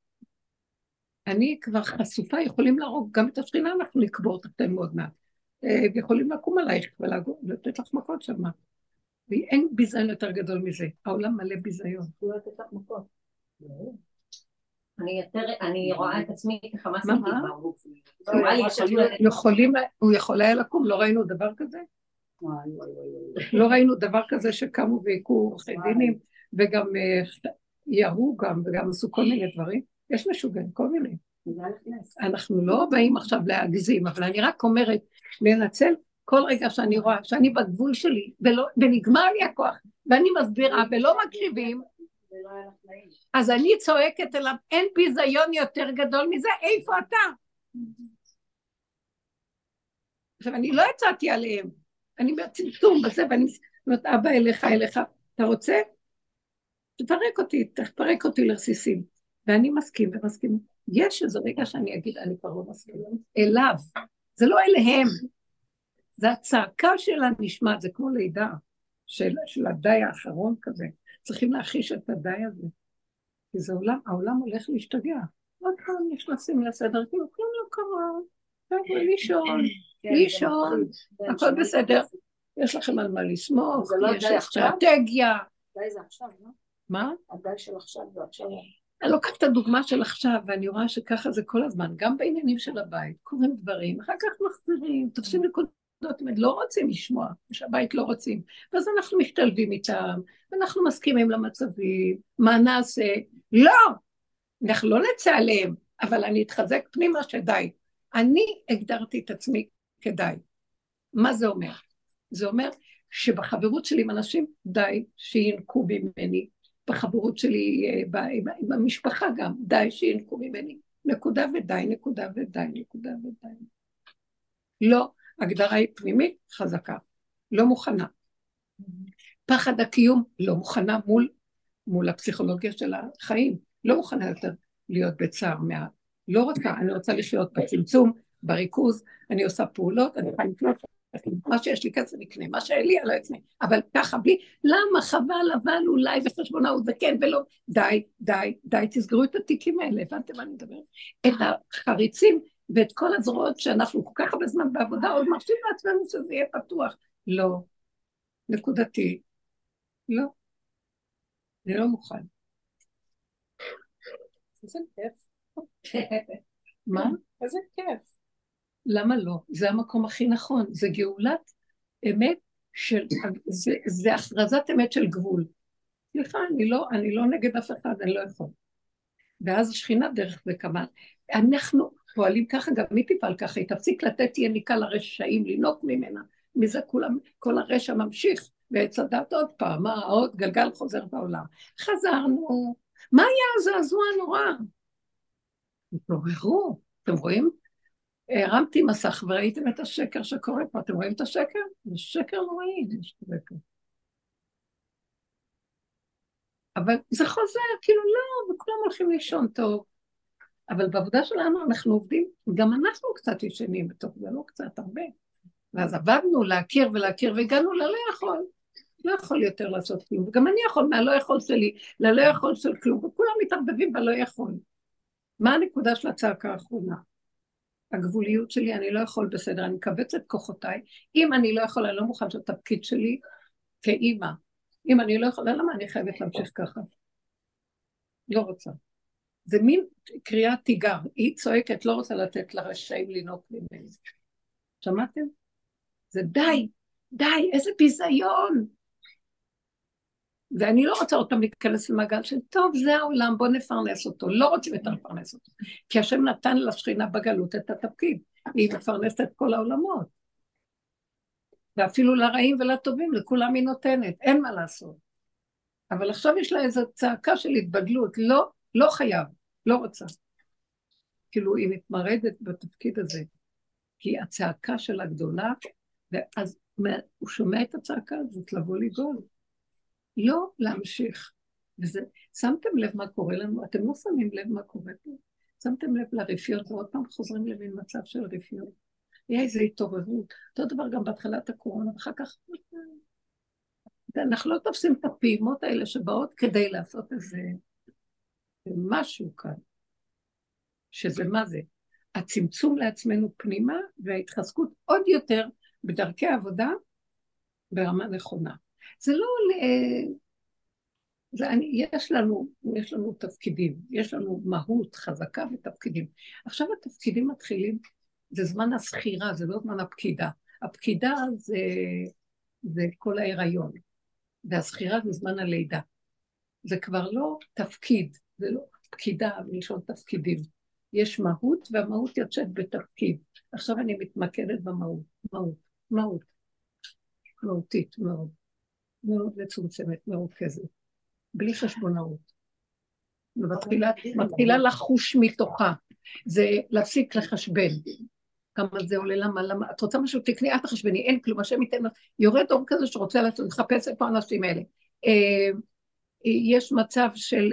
אני כבר חשופה, יכולים להרוג, גם את השכינה אנחנו נקבור תחתיהם מאוד מעט, יכולים לקום עלייך ולתת לך מכות שם. ואין ביזיון יותר גדול מזה, העולם מלא ביזיון. הוא לא לתת לך מכות. אני יותר, אני רואה את עצמי ככה מה שמתי בגוף. הוא יכול היה לקום, לא ראינו דבר כזה? לא ראינו דבר כזה שקמו והיכו עורכי דינים, וגם ירו גם, וגם עשו כל מיני דברים. יש משוגעים, כל מיני. אנחנו לא באים עכשיו להגזים, אבל אני רק אומרת, לנצל כל רגע שאני רואה, שאני בגבול שלי, ונגמר לי הכוח, ואני מסבירה, ולא מקשיבים, אז אני צועקת אליו, אין ביזיון יותר גדול מזה, איפה אתה? עכשיו, אני לא יצאתי עליהם, אני בצמצום בזה, ואני אומרת, אבא אליך, אליך, אתה רוצה? תפרק אותי, תפרק אותי לרסיסים. ואני מסכים ומסכים. יש איזה רגע שאני אגיד, אני כבר לא מסכים. אליו. זה לא אליהם. זה הצעקה שלה נשמעת, זה כמו לידה של, של הדי האחרון כזה. צריכים להחיש את הדי הזה. כי זה עולם, העולם הולך להשתגע. עוד פעם יש לשים לסדר, כאילו כלום לא קרה. חבר'ה, לישון, לישון, הכל בסדר. יש לכם על מה לסמוך, יש אסטרטגיה. די זה עכשיו, לא? מה? הדי של עכשיו זה עכשיו. אני לוקחת את הדוגמה של עכשיו, ואני רואה שככה זה כל הזמן, גם בעניינים של הבית, קוראים דברים, אחר כך מחזירים, תופסים נקודות, לא רוצים לשמוע, שהבית לא רוצים, ואז אנחנו משתלבים איתם, ואנחנו מסכימים למצבים, מה נעשה? לא! אנחנו לא נצא עליהם, אבל אני אתחזק פנימה שדי. אני הגדרתי את עצמי כדי. מה זה אומר? זה אומר שבחברות שלי עם אנשים, די שינקו ממני, בחברות שלי עם המשפחה גם, די שינקו ממני, נקודה ודי, נקודה ודי, נקודה ודי. לא, הגדרה היא פנימית חזקה, לא מוכנה. פחד הקיום לא מוכנה מול, מול הפסיכולוגיה של החיים, לא מוכנה יותר להיות בצער מעט. לא רוצה, אני רוצה לחיות בצמצום, בריכוז, אני עושה פעולות, אני יכולה לקנות, מה שיש לי כסף נקנה, מה שאלי על העצמי, אבל ככה בלי, למה חבל, אבל אולי וחשבונאות וכן ולא, די, די, די, תסגרו את התיקים האלה, הבנתם מה אני מדבר? את החריצים ואת כל הזרועות שאנחנו כל כך הרבה זמן בעבודה, עוד מרשים לעצמנו שזה יהיה פתוח, לא, נקודתי, לא, אני לא מוכן. איזה כיף. מה? איזה כיף. למה לא? זה המקום הכי נכון, זה גאולת אמת של, זה, זה הכרזת אמת של גבול. סליחה, אני לא, אני לא נגד אף אחד, אני לא יכול. ואז השכינה דרך זה כמה, אנחנו פועלים ככה, גם מי תפעל ככה, היא תפסיק לתת יניקה לרשעים, לנוק ממנה, מזה כולם, כל הרשע ממשיך, והצדת עוד פעם, מה, עוד גלגל חוזר בעולם. חזרנו, מה היה הזעזוע הנורא? התעוררו, אתם רואים? הרמתי מסך וראיתם את השקר שקורה פה, אתם רואים את השקר? זה שקר נוראי, זה שקורה פה. אבל זה חוזר, כאילו לא, וכולם הולכים לישון טוב. אבל בעבודה שלנו אנחנו עובדים, גם אנחנו קצת ישנים בתוך זה, לא קצת הרבה. ואז עבדנו להכיר ולהכיר, והגענו ללא יכול, לא יכול יותר לעשות כלום. וגם אני יכול מהלא יכול שלי, ללא יכול של כלום, וכולם מתערבבים בלא יכול. מה הנקודה של הצעקה האחרונה? הגבוליות שלי, אני לא יכול בסדר, אני מקבץ את כוחותיי, אם אני לא יכולה, אני לא מוכן שאת התפקיד שלי כאימא, אם אני לא יכולה, למה אני חייבת להמשיך ככה? לא רוצה. זה מין קריאת תיגר, היא צועקת, לא רוצה לתת לרשעים לנוק ממני. שמעתם? זה די, די, איזה ביזיון. ואני לא רוצה אותם להיכנס למעגל של, טוב, זה העולם, בוא נפרנס אותו, לא רוצים יותר לפרנס אותו, כי השם נתן לשכינה בגלות את התפקיד, היא מפרנסת את כל העולמות, ואפילו לרעים ולטובים, לכולם היא נותנת, אין מה לעשות. אבל עכשיו יש לה איזו צעקה של התבדלות, לא, לא חייב, לא רוצה. כאילו היא מתמרדת בתפקיד הזה, כי הצעקה שלה גדולה, ואז הוא שומע את הצעקה הזאת, לבוא לגול. לא להמשיך. וזה, שמתם לב מה קורה לנו? אתם לא שמים לב מה קורה פה? שמתם לב לרפיות, ועוד פעם חוזרים למין מצב של רפיות. היה איזו התעוררות. אותו דבר גם בהתחלת הקורונה, ואחר כך... אנחנו לא תופסים את הפעימות האלה שבאות כדי לעשות איזה משהו כאן. שזה מה זה? הצמצום לעצמנו פנימה, וההתחזקות עוד יותר בדרכי העבודה ברמה נכונה. זה לא, זה, אני, יש לנו, יש לנו תפקידים, יש לנו מהות חזקה ותפקידים. עכשיו התפקידים מתחילים, זה זמן הסחירה, זה לא זמן הפקידה. הפקידה זה, זה כל ההיריון, והסחירה זה זמן הלידה. זה כבר לא תפקיד, זה לא פקידה, מלשון תפקידים. יש מהות, והמהות יוצאת בתפקיד. עכשיו אני מתמקדת במהות, מהות, מהות, מהותית מאוד. מאוד מצומצמת, מרוכזת, בלי חשבונאות. ומתחילה, מתחילה לחוש מתוכה, זה להפסיק לחשבן. כמה זה עולה, למה, למה, את רוצה משהו, תקני, את החשבני, אין כלום, השם ייתן, יורד אור כזה שרוצה לחפש איפה האנשים האלה. יש מצב של,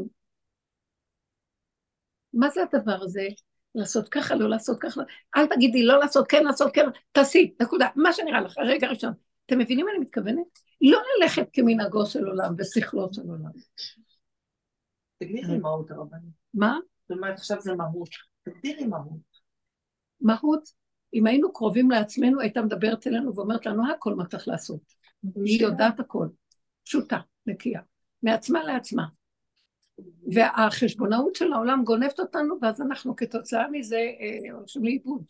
מה זה הדבר הזה? לעשות ככה, לא לעשות ככה, אל תגידי לא לעשות, כן לעשות, כן, תעשי, נקודה, מה שנראה לך, הרגע הראשון. אתם מבינים מה אני מתכוונת? לא ללכת כמנהגו של עולם ושכלו של עולם. תגדירי מהות הרבנית. מה? זאת אומרת, עכשיו זה מהות. תגדירי מהות. מהות, אם היינו קרובים לעצמנו, הייתה מדברת אלינו ואומרת לנו הכל מה צריך לעשות. היא יודעת הכל. פשוטה, נקייה. מעצמה לעצמה. והחשבונאות של העולם גונבת אותנו, ואז אנחנו כתוצאה מזה הולכים לאיבוד.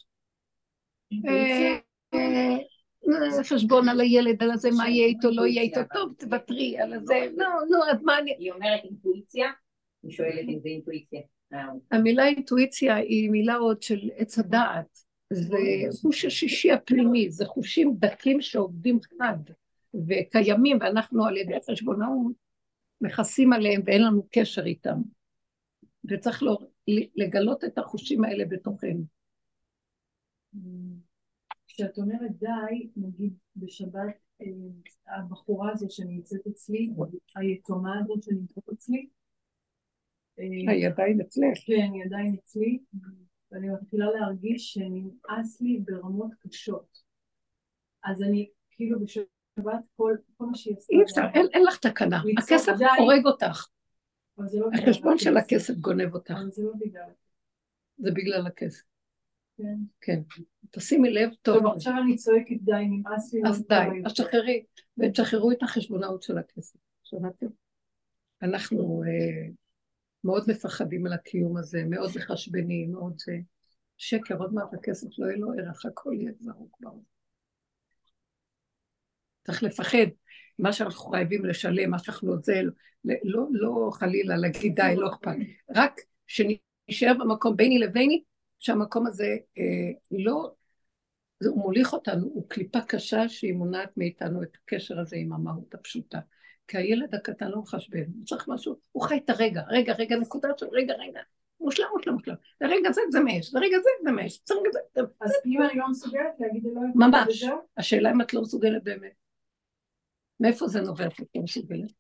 חשבון על הילד, על הזה, מה יהיה איתו, לא יהיה איתו, טוב, תוותרי על זה, לא, לא, אז מה אני... היא אומרת אינטואיציה, היא שואלת אם זה אינטואיציה. המילה אינטואיציה היא מילה עוד של עץ הדעת, זה חוש השישי הפנימי, זה חושים דקים שעובדים חד וקיימים, ואנחנו על ידי החשבונאות מכסים עליהם ואין לנו קשר איתם, וצריך לא, לגלות את החושים האלה בתוכנו. כשאת אומרת די, נגיד בשבת, הבחורה הזו שנמצאת אצלי, היתומה הזו שנמצאת אצלי, היא עדיין אצלך. כן, היא עדיין אצלי, ואני מתחילה להרגיש שנמאס לי ברמות קשות. אז אני כאילו בשבת כל מה שהיא עושה... אי אפשר, אין לך תקנה, הכסף הורג אותך. החשבון של הכסף גונב אותך. אבל זה לא בגלל. זה בגלל הכסף. כן. כן. תשימי לב, טוב. טוב, עכשיו אני צועקת די, נמאס לי. אז די, אז שחררי, ותשחררו את החשבונאות של הכסף. שמעתם? אנחנו מאוד מפחדים על הקיום הזה, מאוד מחשבנים, מאוד זה. שקר, עוד מעט הכסף לא יהיה לו ערך, הכל יהיה זרוק ברור. צריך לפחד, מה שאנחנו חייבים לשלם, מה שאנחנו נוזל, לא, לא חלילה להגיד די, לא אכפת. רק שנשאר במקום ביני לביני, שהמקום הזה אה, לא, זה, הוא מוליך אותנו, הוא קליפה קשה שהיא מונעת מאיתנו את הקשר הזה עם המהות הפשוטה. כי הילד הקטן לא מחשבן, הוא צריך משהו, הוא חי את הרגע, רגע, רגע, נקודה של רגע, רגע, מושלם, מושלם, מושלם. לרגע זה, זה מאש, לרגע זה, זה מאש, צריך זה, זה. אז אם אני לא מסוגלת להגיד אלוהי... ממש, השאלה אם את לא מסוגלת באמת. מאיפה זה נובע שאת לא מסוגלת?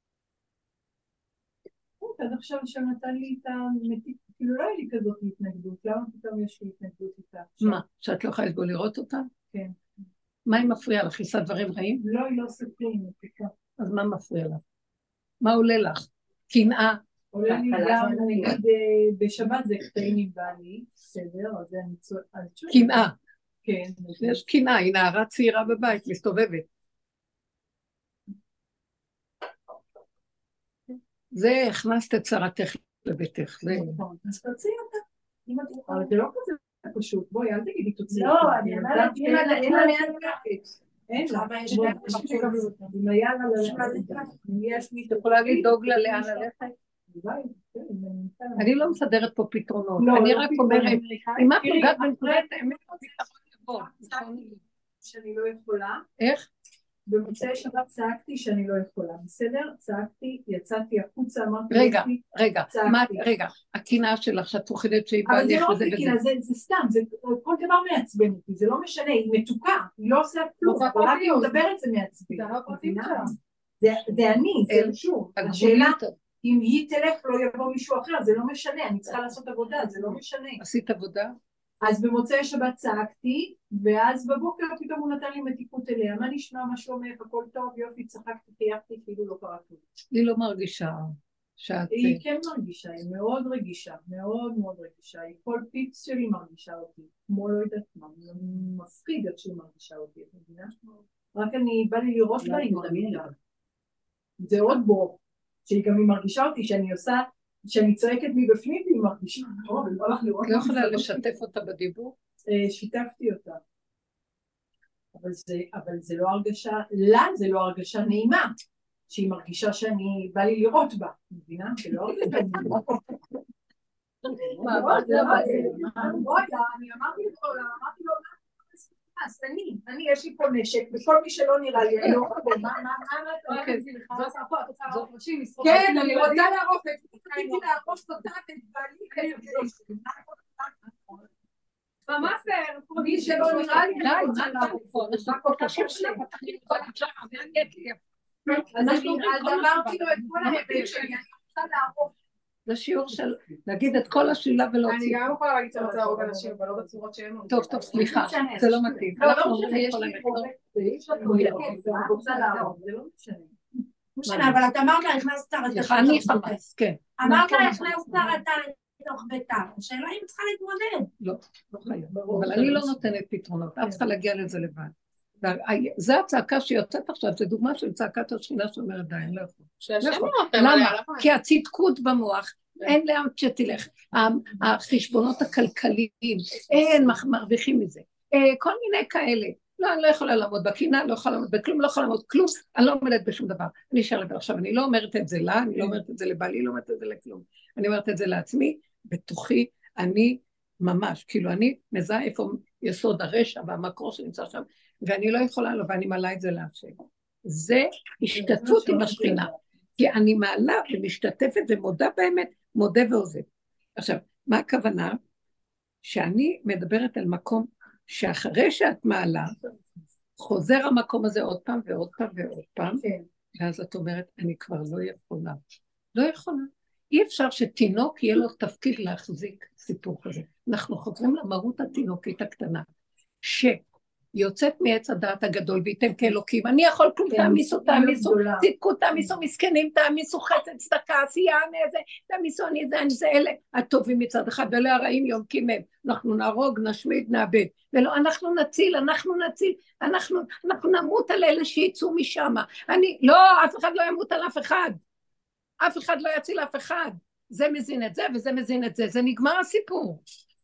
עד עכשיו שנתן לי את המתיק, כאילו לא היה לי כזאת התנגדות, למה פתאום יש לי התנגדות איתה? מה, שאת לא יכולה לסבול לראות אותה? כן. מה היא מפריעה לך? עושה דברים רעים? לא, היא לא עושה כלום, מתיקה. אז מה מפריע לך? מה עולה לך? קנאה? עולה לי גם, נגיד, בשבת זה קטעים מבעלי, בסדר, אז אני צועק... קנאה. כן. יש קנאה, היא נערה צעירה בבית, מסתובבת. זה הכנסת את צרתך לביתך. נכון, אז תציעי אותה. אבל זה לא כזה פשוט, בואי, אל תגידי תוציאי. לא, אני אומרת, אם אני אנקחת. אין לה, אם היה לה ללכת, אם יש מי... את יכולה לדאוג לה לאן ללכת? אני לא מסדרת פה פתרונות, אני רק אומרת, אם את נוגעת בנקודת האמת, שאני לא יכולה. איך? במוצאי שבת צעקתי שאני לא יכולה, בסדר? צעקתי, יצאתי החוצה, אמרתי... רגע, רגע, רגע, הקנאה שלך שאת פוחדת שהיא באה... אבל זה לא קנאה, זה סתם, כל דבר מעצבן אותי, זה לא משנה, היא מתוקה, היא לא עושה כלום, רק היא מדברת זה מעצבן. זה אני, זה שוב. השאלה, אם היא תלך לא יבוא מישהו אחר, זה לא משנה, אני צריכה לעשות עבודה, זה לא משנה. עשית עבודה? אז במוצאי שבת צעקתי, ואז בבוקר פתאום הוא נתן לי מתיקות אליה, מה נשמע, מה שלומך, הכל טוב, יופי, צחקתי, חייכתי, כאילו לא קרה כלום. היא לא מרגישה שאת... היא כן מרגישה, היא מאוד רגישה, מאוד מאוד רגישה, היא כל פיפס שלי מרגישה אותי, כמו לא יודעת מה, זה מפחיד איך שהיא מרגישה אותי, את מבינה? רק אני בא לי לראות בה, היא מרגישה. זה עוד בור, שהיא גם היא מרגישה אותי, שאני עושה... שאני צועקת מבפנים והיא מרגישה, לא יכולה לשתף אותה בדיבור? שיתפתי אותה. אבל זה לא הרגשה, לה זה לא הרגשה נעימה, שהיא מרגישה שאני, בא לי לראות בה, מבינה? זה לא הרגשה נעימה. אני אמרתי לו, אמרתי לו, אז אני, אני יש לי פה נשק, וכל מי שלא נראה לי, אני לא חבר, מה, מה, מה, מה, כן, אני רוצה לערוף את זה, הייתי לערוף אותה, ובעלי, מה פר, מי שלא נראה לי, די, מה לערוף, מה כל כך שלה, אז אמרתי לו את כל ההיבט שלי, אני רוצה לערוף. זה שיעור של, נגיד את כל השלילה ולהוציא. אני גם יכולה להגיד שאני רוצה להרוג אנשים, אבל לא בצורות שהם... טוב, טוב, סליחה, זה לא מתאים. לא, לא משנה, יש לי זה לא משנה. משנה, אבל את אמרת לה, הכנסת רתה. סליחה, אני חמאס, כן. אמרת לה, הכנסת רתה לתוך ביתה. השאלה אם צריכה להתמודד. לא, לא חייב. אבל אני לא נותנת פתרונות, את צריכה להגיע לזה לבד. זו הצעקה שיוצאת עכשיו, זו דוגמה של צעקת השכינה שאומרת די, אני לא יכול. למה? כי הצדקות במוח, אין לאן שתלך, החשבונות הכלכליים, אין מרוויחים מזה, כל מיני כאלה. לא, אני לא יכולה לעמוד בקינה, לא יכולה לעמוד בכלום, לא יכולה לעמוד כלום, אני לא עומדת בשום דבר. אני אשאר לדבר עכשיו, אני לא אומרת את זה לה, אני לא אומרת את זה לבעלי, לא אומרת את זה לכלום. אני אומרת את זה לעצמי, בתוכי, אני ממש, כאילו אני מזהה איפה יסוד הרשע והמקור שנמצא שם, ואני לא יכולה לו, ואני מעלה את זה להשם. זה השתתפות עם השכינה, כי אני מעלה ומשתתפת ומודה באמת, מודה ועוזב. עכשיו, מה הכוונה? שאני מדברת על מקום שאחרי שאת מעלה, חוזר המקום הזה עוד פעם ועוד פעם ועוד פעם, ואז את אומרת, אני כבר לא יכולה. לא יכולה. אי אפשר שתינוק יהיה לו תפקיד להחזיק סיפור כזה. אנחנו חוזרים למהות התינוקית הקטנה, שיוצאת מעץ הדעת הגדול, וייתם כאלוקים, אני יכול כלום, תאמיסו, תאמיסו, צדקו, תאמיסו, מסכנים, תאמיסו, חסד, צדקה, עשייה, נזה, תאמיסו, אני זה, אני זה, אלה הטובים מצד אחד, ואלה הרעים יומקים מהם, אנחנו נהרוג, נשמיד, נאבד, ולא, אנחנו נציל, אנחנו נציל, אנחנו, אנחנו נמות על אלה שיצאו משם, אני, לא, אף אחד לא ימות על אף אחד, אף אחד לא יציל אף אחד, זה מזין את זה, וזה מזין את זה, זה נגמר הסיפור.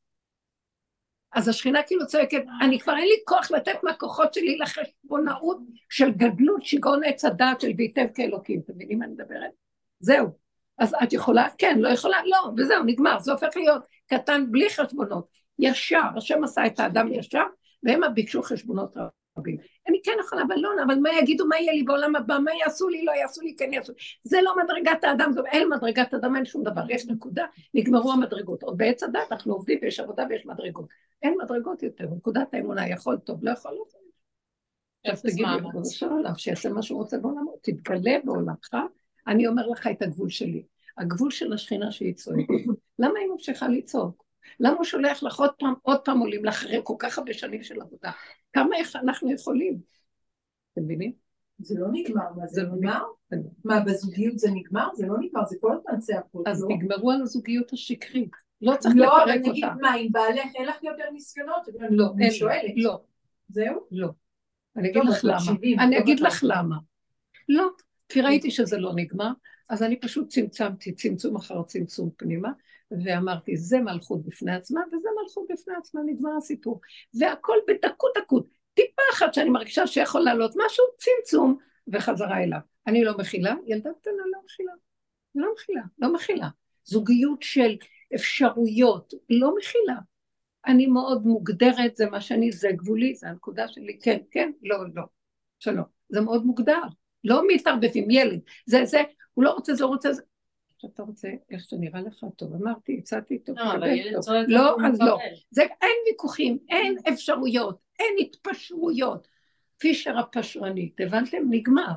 אז השכינה כאילו צועקת, אני כבר אין לי כוח לתת מהכוחות שלי לחשבונאות של גדלות, שיגעון עץ הדעת של וייתם כאלוקים, אתם מבינים מה אני מדברת? זהו. אז את יכולה? כן, לא יכולה? לא, וזהו, נגמר, זה הופך להיות קטן בלי חשבונות, ישר, השם עשה את האדם ישר, והם ביקשו חשבונות רבים. אני כן יכולה, אבל לא, אבל מה יגידו, מה יהיה לי בעולם הבא, מה יעשו לי, לא יעשו לי, כן יעשו. זה לא מדרגת האדם, זה אין מדרגת האדם, אין שום דבר, יש נקודה, נגמרו המדרגות. עוד בעץ הדת אנחנו עובדים, ויש עבודה ויש מדרגות. אין מדרגות יותר, נקודת האמונה, יכול טוב, לא יכול לא. אז תגיד לי, בוא נשאר עליו, שיעשה מה שהוא רוצה בעולמו, תתגלה בעולמך, אני אומר לך את הגבול שלי, הגבול של השכינה שהיא צועקת. למה היא ממשיכה לצעוק? למה הוא שולח לך עוד פעם, עוד פעם עולים לאחרי כל כך הרבה שנים של עבודה? כמה איך אנחנו יכולים? אתם מבינים? זה לא נגמר, מה זה נגמר? מה, בזוגיות זה נגמר? זה לא נגמר, זה כל הזמן צעקות. אז נגמרו על הזוגיות השקרית. לא צריך לפרק אותה. לא, נגיד מה, עם בעלך אין לך יותר ניסיונות? לא, אני שואלת. לא. זהו? לא. אני אגיד לך למה. אני אגיד לך למה. לא, כי ראיתי שזה לא נגמר, אז אני פשוט צמצמתי, צמצום אחר צמצום פנימה, ואמרתי, זה מלכות בפני עצמה, וזה מלכות בפני עצמה, נגמר הסיפור. והכל בדקות דקות, טיפה אחת שאני מרגישה שיכול לעלות משהו, צמצום, וחזרה אליו. אני לא מכילה, ילדה קטנה לא מכילה. לא מכילה, לא מכילה. זוגיות של אפשרויות, לא מכילה. אני מאוד מוגדרת, זה מה שאני, זה גבולי, זה הנקודה שלי, כן, כן, לא, לא. שלא, זה מאוד מוגדר. לא מתערבבים, ילד. זה, זה, הוא לא רוצה, זה הוא רוצה, זה. אתה רוצה, איך שנראה לך טוב, אמרתי, הצעתי טוב, לא, אבל ילד צועק, לא, אז לא. זה, אין ויכוחים, אין אפשרויות, אין התפשרויות. פישר הפשרנית, הבנתם? נגמר.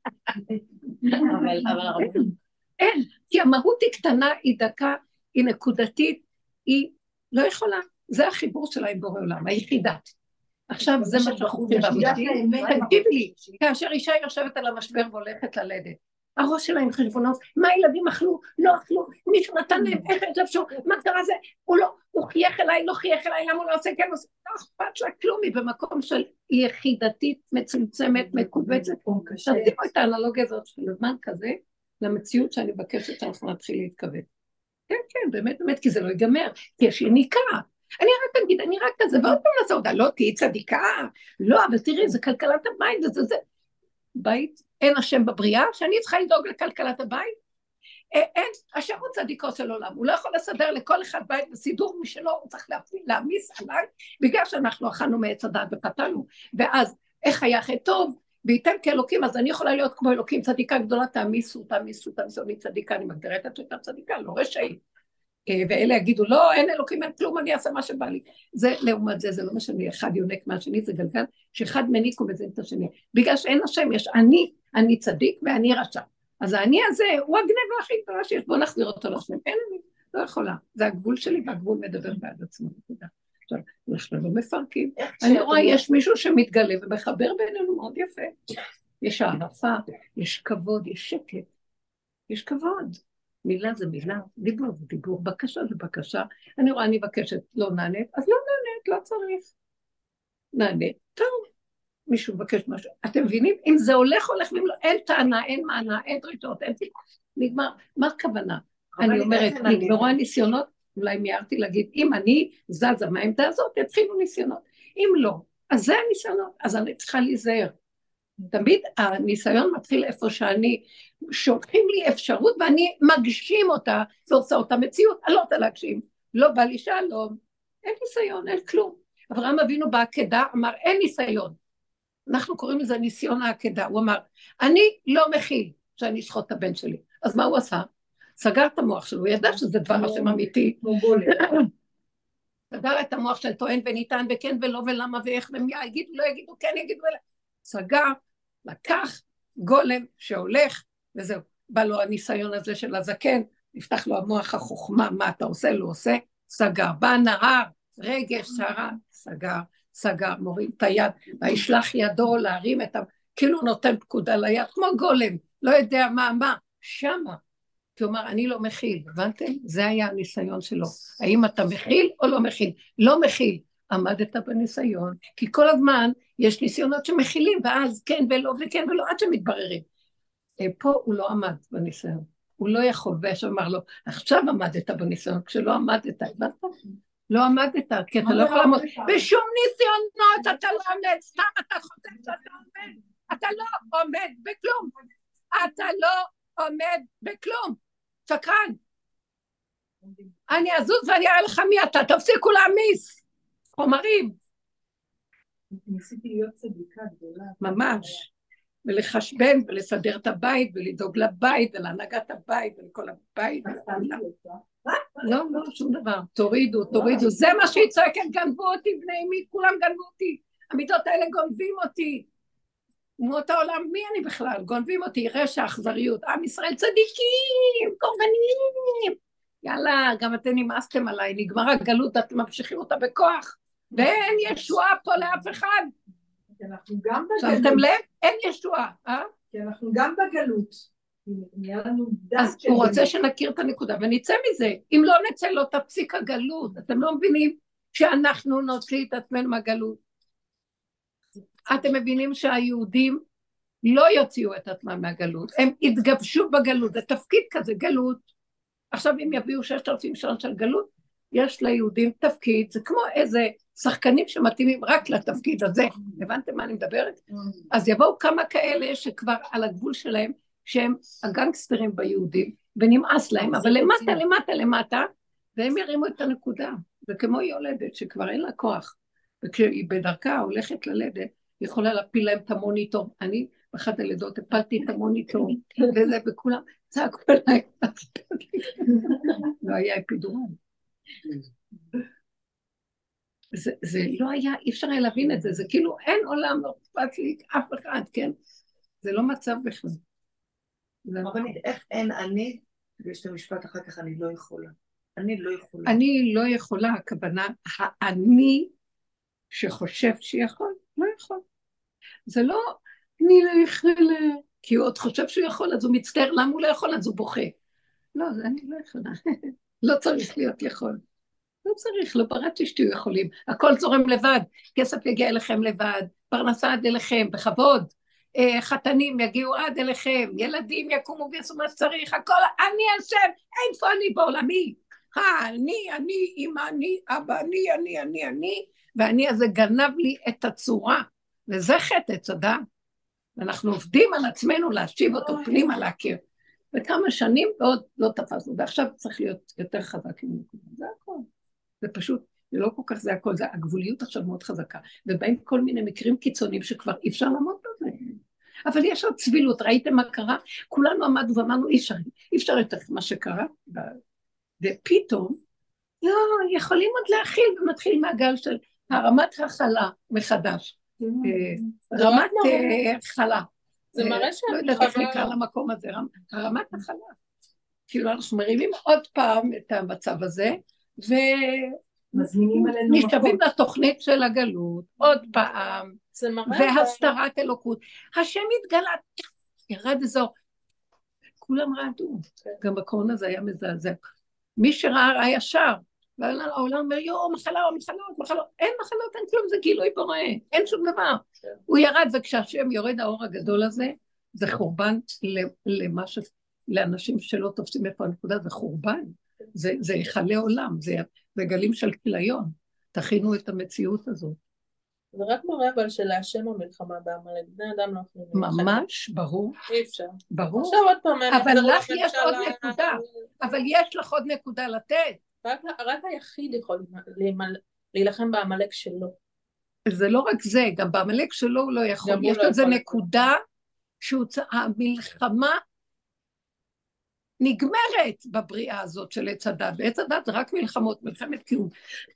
אבל, אבל... אין, כי המהות היא קטנה, היא דקה, היא נקודתית, היא לא יכולה. זה החיבור שלה עם בורא עולם, היחידה. עכשיו זה מה שאנחנו חושבים. תגידי לי, כאשר אישה יושבת על המשבר והולכת ללדת, הראש שלה עם חשבונות, מה הילדים אכלו, לא אכלו, מישהו נתן להם, איך לבשו, מה קרה זה, הוא לא, הוא חייך אליי, לא חייך אליי, למה הוא לא עושה, כן עושה, לא אכפת לה כלום, היא במקום של יחידתית, מצומצמת, מקובצת. תשימו את האנלוגיה הזאת של הזמן כזה, למציאות שאני מבקשת שאנחנו נתחיל להתכוון. כן, כן, באמת, באמת, כי זה לא ייגמר, כי יש יניקה. אני רק אגיד, אני רק כזה, ועוד פעם נעשה אותה, לא, תהי צדיקה, לא, אבל תראי, זה כלכלת הבית, זה זה. בית, אין השם בבריאה, שאני צריכה לדאוג לכלכלת הבית? אין, השם הוא צדיקו של עולם, הוא לא יכול לסדר לכל אחד בית בסידור משלו, הוא צריך להעמיס עליי, בגלל שאנחנו אכלנו מעץ הדעת וחטאנו, ואז איך היה הכי טוב, וייתם כאלוקים, אז אני יכולה להיות כמו אלוקים, צדיקה גדולה, תעמיסו, תעמיסו, תעמיסו, אני צדיקה, אני מגדרת את אותה צדיקה, לא רשאית. ואלה יגידו, לא, אין אלוקים, אין כלום, אני אעשה מה שבא לי. זה לעומת זה, זה לא משנה, אחד יונק מהשני, זה גלגל, שאחד מניק ומזין את השני. בגלל שאין השם, יש אני, אני צדיק ואני רשע. אז האני הזה הוא הגנבה הכי גדולה שיש, בוא נחזיר אותו לשם. אין אני, לא יכולה. זה הגבול שלי והגבול מדבר בעד עצמו. עכשיו, אנחנו לא מפרקים. אני רואה, יש מישהו שמתגלה ומחבר בינינו מאוד יפה. יש הערפה, יש כבוד, יש שקט. יש כבוד. מילה זה מילה, דיבור זה דיבור, בקשה זה בקשה. אני רואה, אני מבקשת, לא נענית, אז לא נענית, לא צריך. נענית, טוב. מישהו מבקש משהו. אתם מבינים? אם זה הולך, הולך, ואם לא, אין טענה, אין מענה, אין דרישות, אין סיפור. נגמר. מה הכוונה? אני אומרת, נגמרו הניסיונות, אולי מיירתי להגיד, אם אני זזה מהעמדה הזאת, יתחילו ניסיונות. אם לא, אז זה הניסיונות, אז אני צריכה להיזהר. תמיד הניסיון מתחיל איפה שאני, שולחים לי אפשרות, ואני מגשים אותה, ועושה אותה מציאות, אני לא רוצה להגשים. לא בא לי שלום, אין ניסיון, אין כלום. אברהם אבינו בעקדה אמר, אין ניסיון. אנחנו קוראים לזה ניסיון העקדה. הוא אמר, אני לא מכיל שאני אשחוט את הבן שלי. אז מה הוא עשה? סגר את המוח שלו, הוא ידע שזה דבר השם אמיתי. סגר את המוח של טוען וניתן וכן ולא ולמה ואיך ומה יגידו, לא יגידו, כן יגידו ולא. סגר, לקח גולם שהולך, וזהו. בא לו הניסיון הזה של הזקן, נפתח לו המוח החוכמה, מה אתה עושה, לא עושה, סגר. בא נהר, רגש, שרה, סגר. סגר, מורים את היד, וישלח ידו להרים את ה... כאילו נותן פקודה ליד, כמו גולם, לא יודע מה, מה, שמה. כי הוא אמר, אני לא מכיל, הבנתם? זה היה הניסיון שלו. האם אתה מכיל או לא מכיל? לא מכיל. עמדת בניסיון, כי כל הזמן יש ניסיונות שמכילים, ואז כן ולא וכן ולא, עד שמתבררים. פה הוא לא עמד בניסיון. הוא לא יכול, ויש אמר לו, עכשיו עמדת בניסיון, כשלא עמדת, הבנת? לא עמדת, כי אתה לא יכול לעמוד. בשום ניסיונות אתה לא עומד, סתם אתה חושב שאתה עומד. אתה לא עומד בכלום. אתה לא עומד בכלום. שקרן. אני אזוז ואני אראה לך מי אתה, תפסיקו להמיס. חומרים. ניסיתי להיות צדיקה גדולה. ממש. ולחשבן ולסדר את הבית ולדאוג לבית ולהנהגת הבית ולכל הבית. לא, לא, שום דבר. תורידו, תורידו. זה מה שהיא צועקת, גנבו אותי, בני מי, כולם גנבו אותי. המידות האלה גונבים אותי. אומות העולם, מי אני בכלל? גונבים אותי, רשע, אכזריות. עם ישראל צדיקים, קורבנים. יאללה, גם אתם נמאסתם עליי, נגמר הגלות, אתם ממשיכים אותה בכוח. ואין ישועה פה לאף אחד. כי אנחנו גם בגלות. שמתם לב? אין ישועה, אה? כי אנחנו גם בגלות. אז הוא רוצה שנכיר את הנקודה ונצא מזה. אם לא נצא, לא תפסיק הגלות. אתם לא מבינים שאנחנו נוציא את עצמנו מהגלות. אתם מבינים שהיהודים לא יוציאו את עצמם מהגלות. הם התגבשו בגלות. זה תפקיד כזה, גלות. עכשיו אם יביאו ששת אלפים שנה של גלות, יש ליהודים תפקיד. זה כמו איזה שחקנים שמתאימים רק לתפקיד הזה. הבנתם מה אני מדברת? אז יבואו כמה כאלה שכבר על הגבול שלהם, שהם הגנגסטרים ביהודים, ונמאס להם, אבל למטה, למטה, למטה, והם ירימו את הנקודה. זה כמו יולדת שכבר אין לה כוח, וכשהיא בדרכה הולכת ללדת, היא יכולה להפיל להם את המוניטור. אני באחת הלידות הפלתי את המוניטור, וזה, וכולם צעקו עליי. לא היה אפידורל. זה, זה לא היה, אי אפשר היה להבין את זה, זה כאילו אין עולם, לא אכפת לי אף אחד, כן? זה לא מצב בכלל. אבל איך אין אני, ויש את המשפט אחר כך, אני לא יכולה. אני לא יכולה. אני לא יכולה, הכוונה, האני שחושב שיכול, לא יכול. זה לא, אני לא יכולה, כי הוא עוד חושב שהוא יכול, אז הוא מצטער, למה הוא לא יכול, אז הוא בוכה. לא, זה אני לא יכולה. לא צריך להיות יכול. לא צריך, לא בראתי שתהיו יכולים. הכל זורם לבד, כסף יגיע אליכם לבד, פרנסה עד אליכם, בכבוד. חתנים יגיעו עד אליכם, ילדים יקומו ויעשו מה שצריך, הכל, אני השם, איפה אני בעולמי? אני, אני, אמא, אני, אבא, אני, אני, אני, אני, ואני הזה גנב לי את הצורה, וזה חטא צדה. ואנחנו עובדים על עצמנו להשיב אותו פנימה להכיר. וכמה שנים ועוד לא תפסנו, ועכשיו צריך להיות יותר חזק. זה הכל. זה פשוט, זה לא כל כך זה הכל, זה הגבוליות עכשיו מאוד חזקה, ובאים כל מיני מקרים קיצוניים שכבר אי אפשר לעמוד בזה. אבל יש עוד צבילות, ראיתם מה קרה? כולנו עמדנו ואמרנו, אי אפשר, אי אפשר יותר מה שקרה, ופתאום, לא, יכולים עוד להכיל, ומתחיל מהגל של הרמת החלה מחדש, רמת חלה, זה מראה לא יודעת איך נקרא למקום הזה, הרמת החלה. כאילו אנחנו מרימים עוד פעם את המצב הזה, ונשתבים לתוכנית של הגלות, עוד פעם, והסתרת אלוקות. השם התגלה, ירד אזור, כולם רעדו, גם בקורונה זה היה מזעזע. מי שראה ראה ישר, והעולם אומר, יו, מחלות, מחלות, מחלות, אין מחלות, אין כלום, זה גילוי בורא, אין שום דבר. הוא ירד, וכשהשם יורד האור הגדול הזה, זה חורבן למה ש... לאנשים שלא תופסים איפה הנקודה, זה חורבן, זה, זה יחלה עולם, זה, זה גלים של כליון, תכינו את המציאות הזאת. זה רק מראה אבל שלהשם המלחמה בעמלק, בני אדם לא יכולים להילחם. ממש, ברור. אי אפשר. ברור. עכשיו עוד פעם, אבל לך יש עוד נקודה, אבל יש לך עוד נקודה לתת. רק, רק היחיד יכול להילחם בעמלק שלו. זה לא רק זה, גם בעמלק שלו הוא לא יכול. יש לזה נקודה שהמלחמה נגמרת בבריאה הזאת של עץ הדת. בעץ הדת זה רק מלחמות, מלחמת קיום.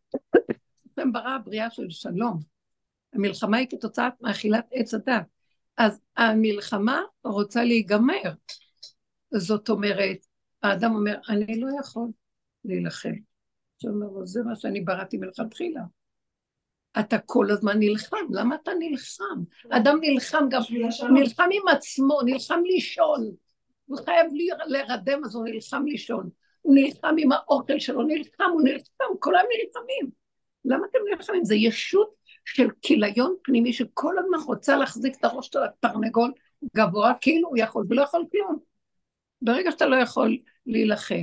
אתם ברא הבריאה של שלום. המלחמה היא כתוצאה מאכילת עץ הדת. אז המלחמה רוצה להיגמר. זאת אומרת, האדם אומר, אני לא יכול להילחם. שאומר, זה מה שאני בראתי מלכתחילה. אתה כל הזמן נלחם, למה אתה נלחם? אדם נלחם גם, נלחם עם עצמו, נלחם לישון. הוא חייב להירדם, אז הוא נלחם לישון. הוא נלחם עם האוכל שלו, נלחם, הוא נלחם, כולם נלחמים. למה אתם נלחמים? זה ישות של כיליון פנימי, שכל הזמן רוצה להחזיק את הראש של התרנגול גבוה, כאילו הוא יכול, ולא יכול כלום. ברגע שאתה לא יכול להילחם,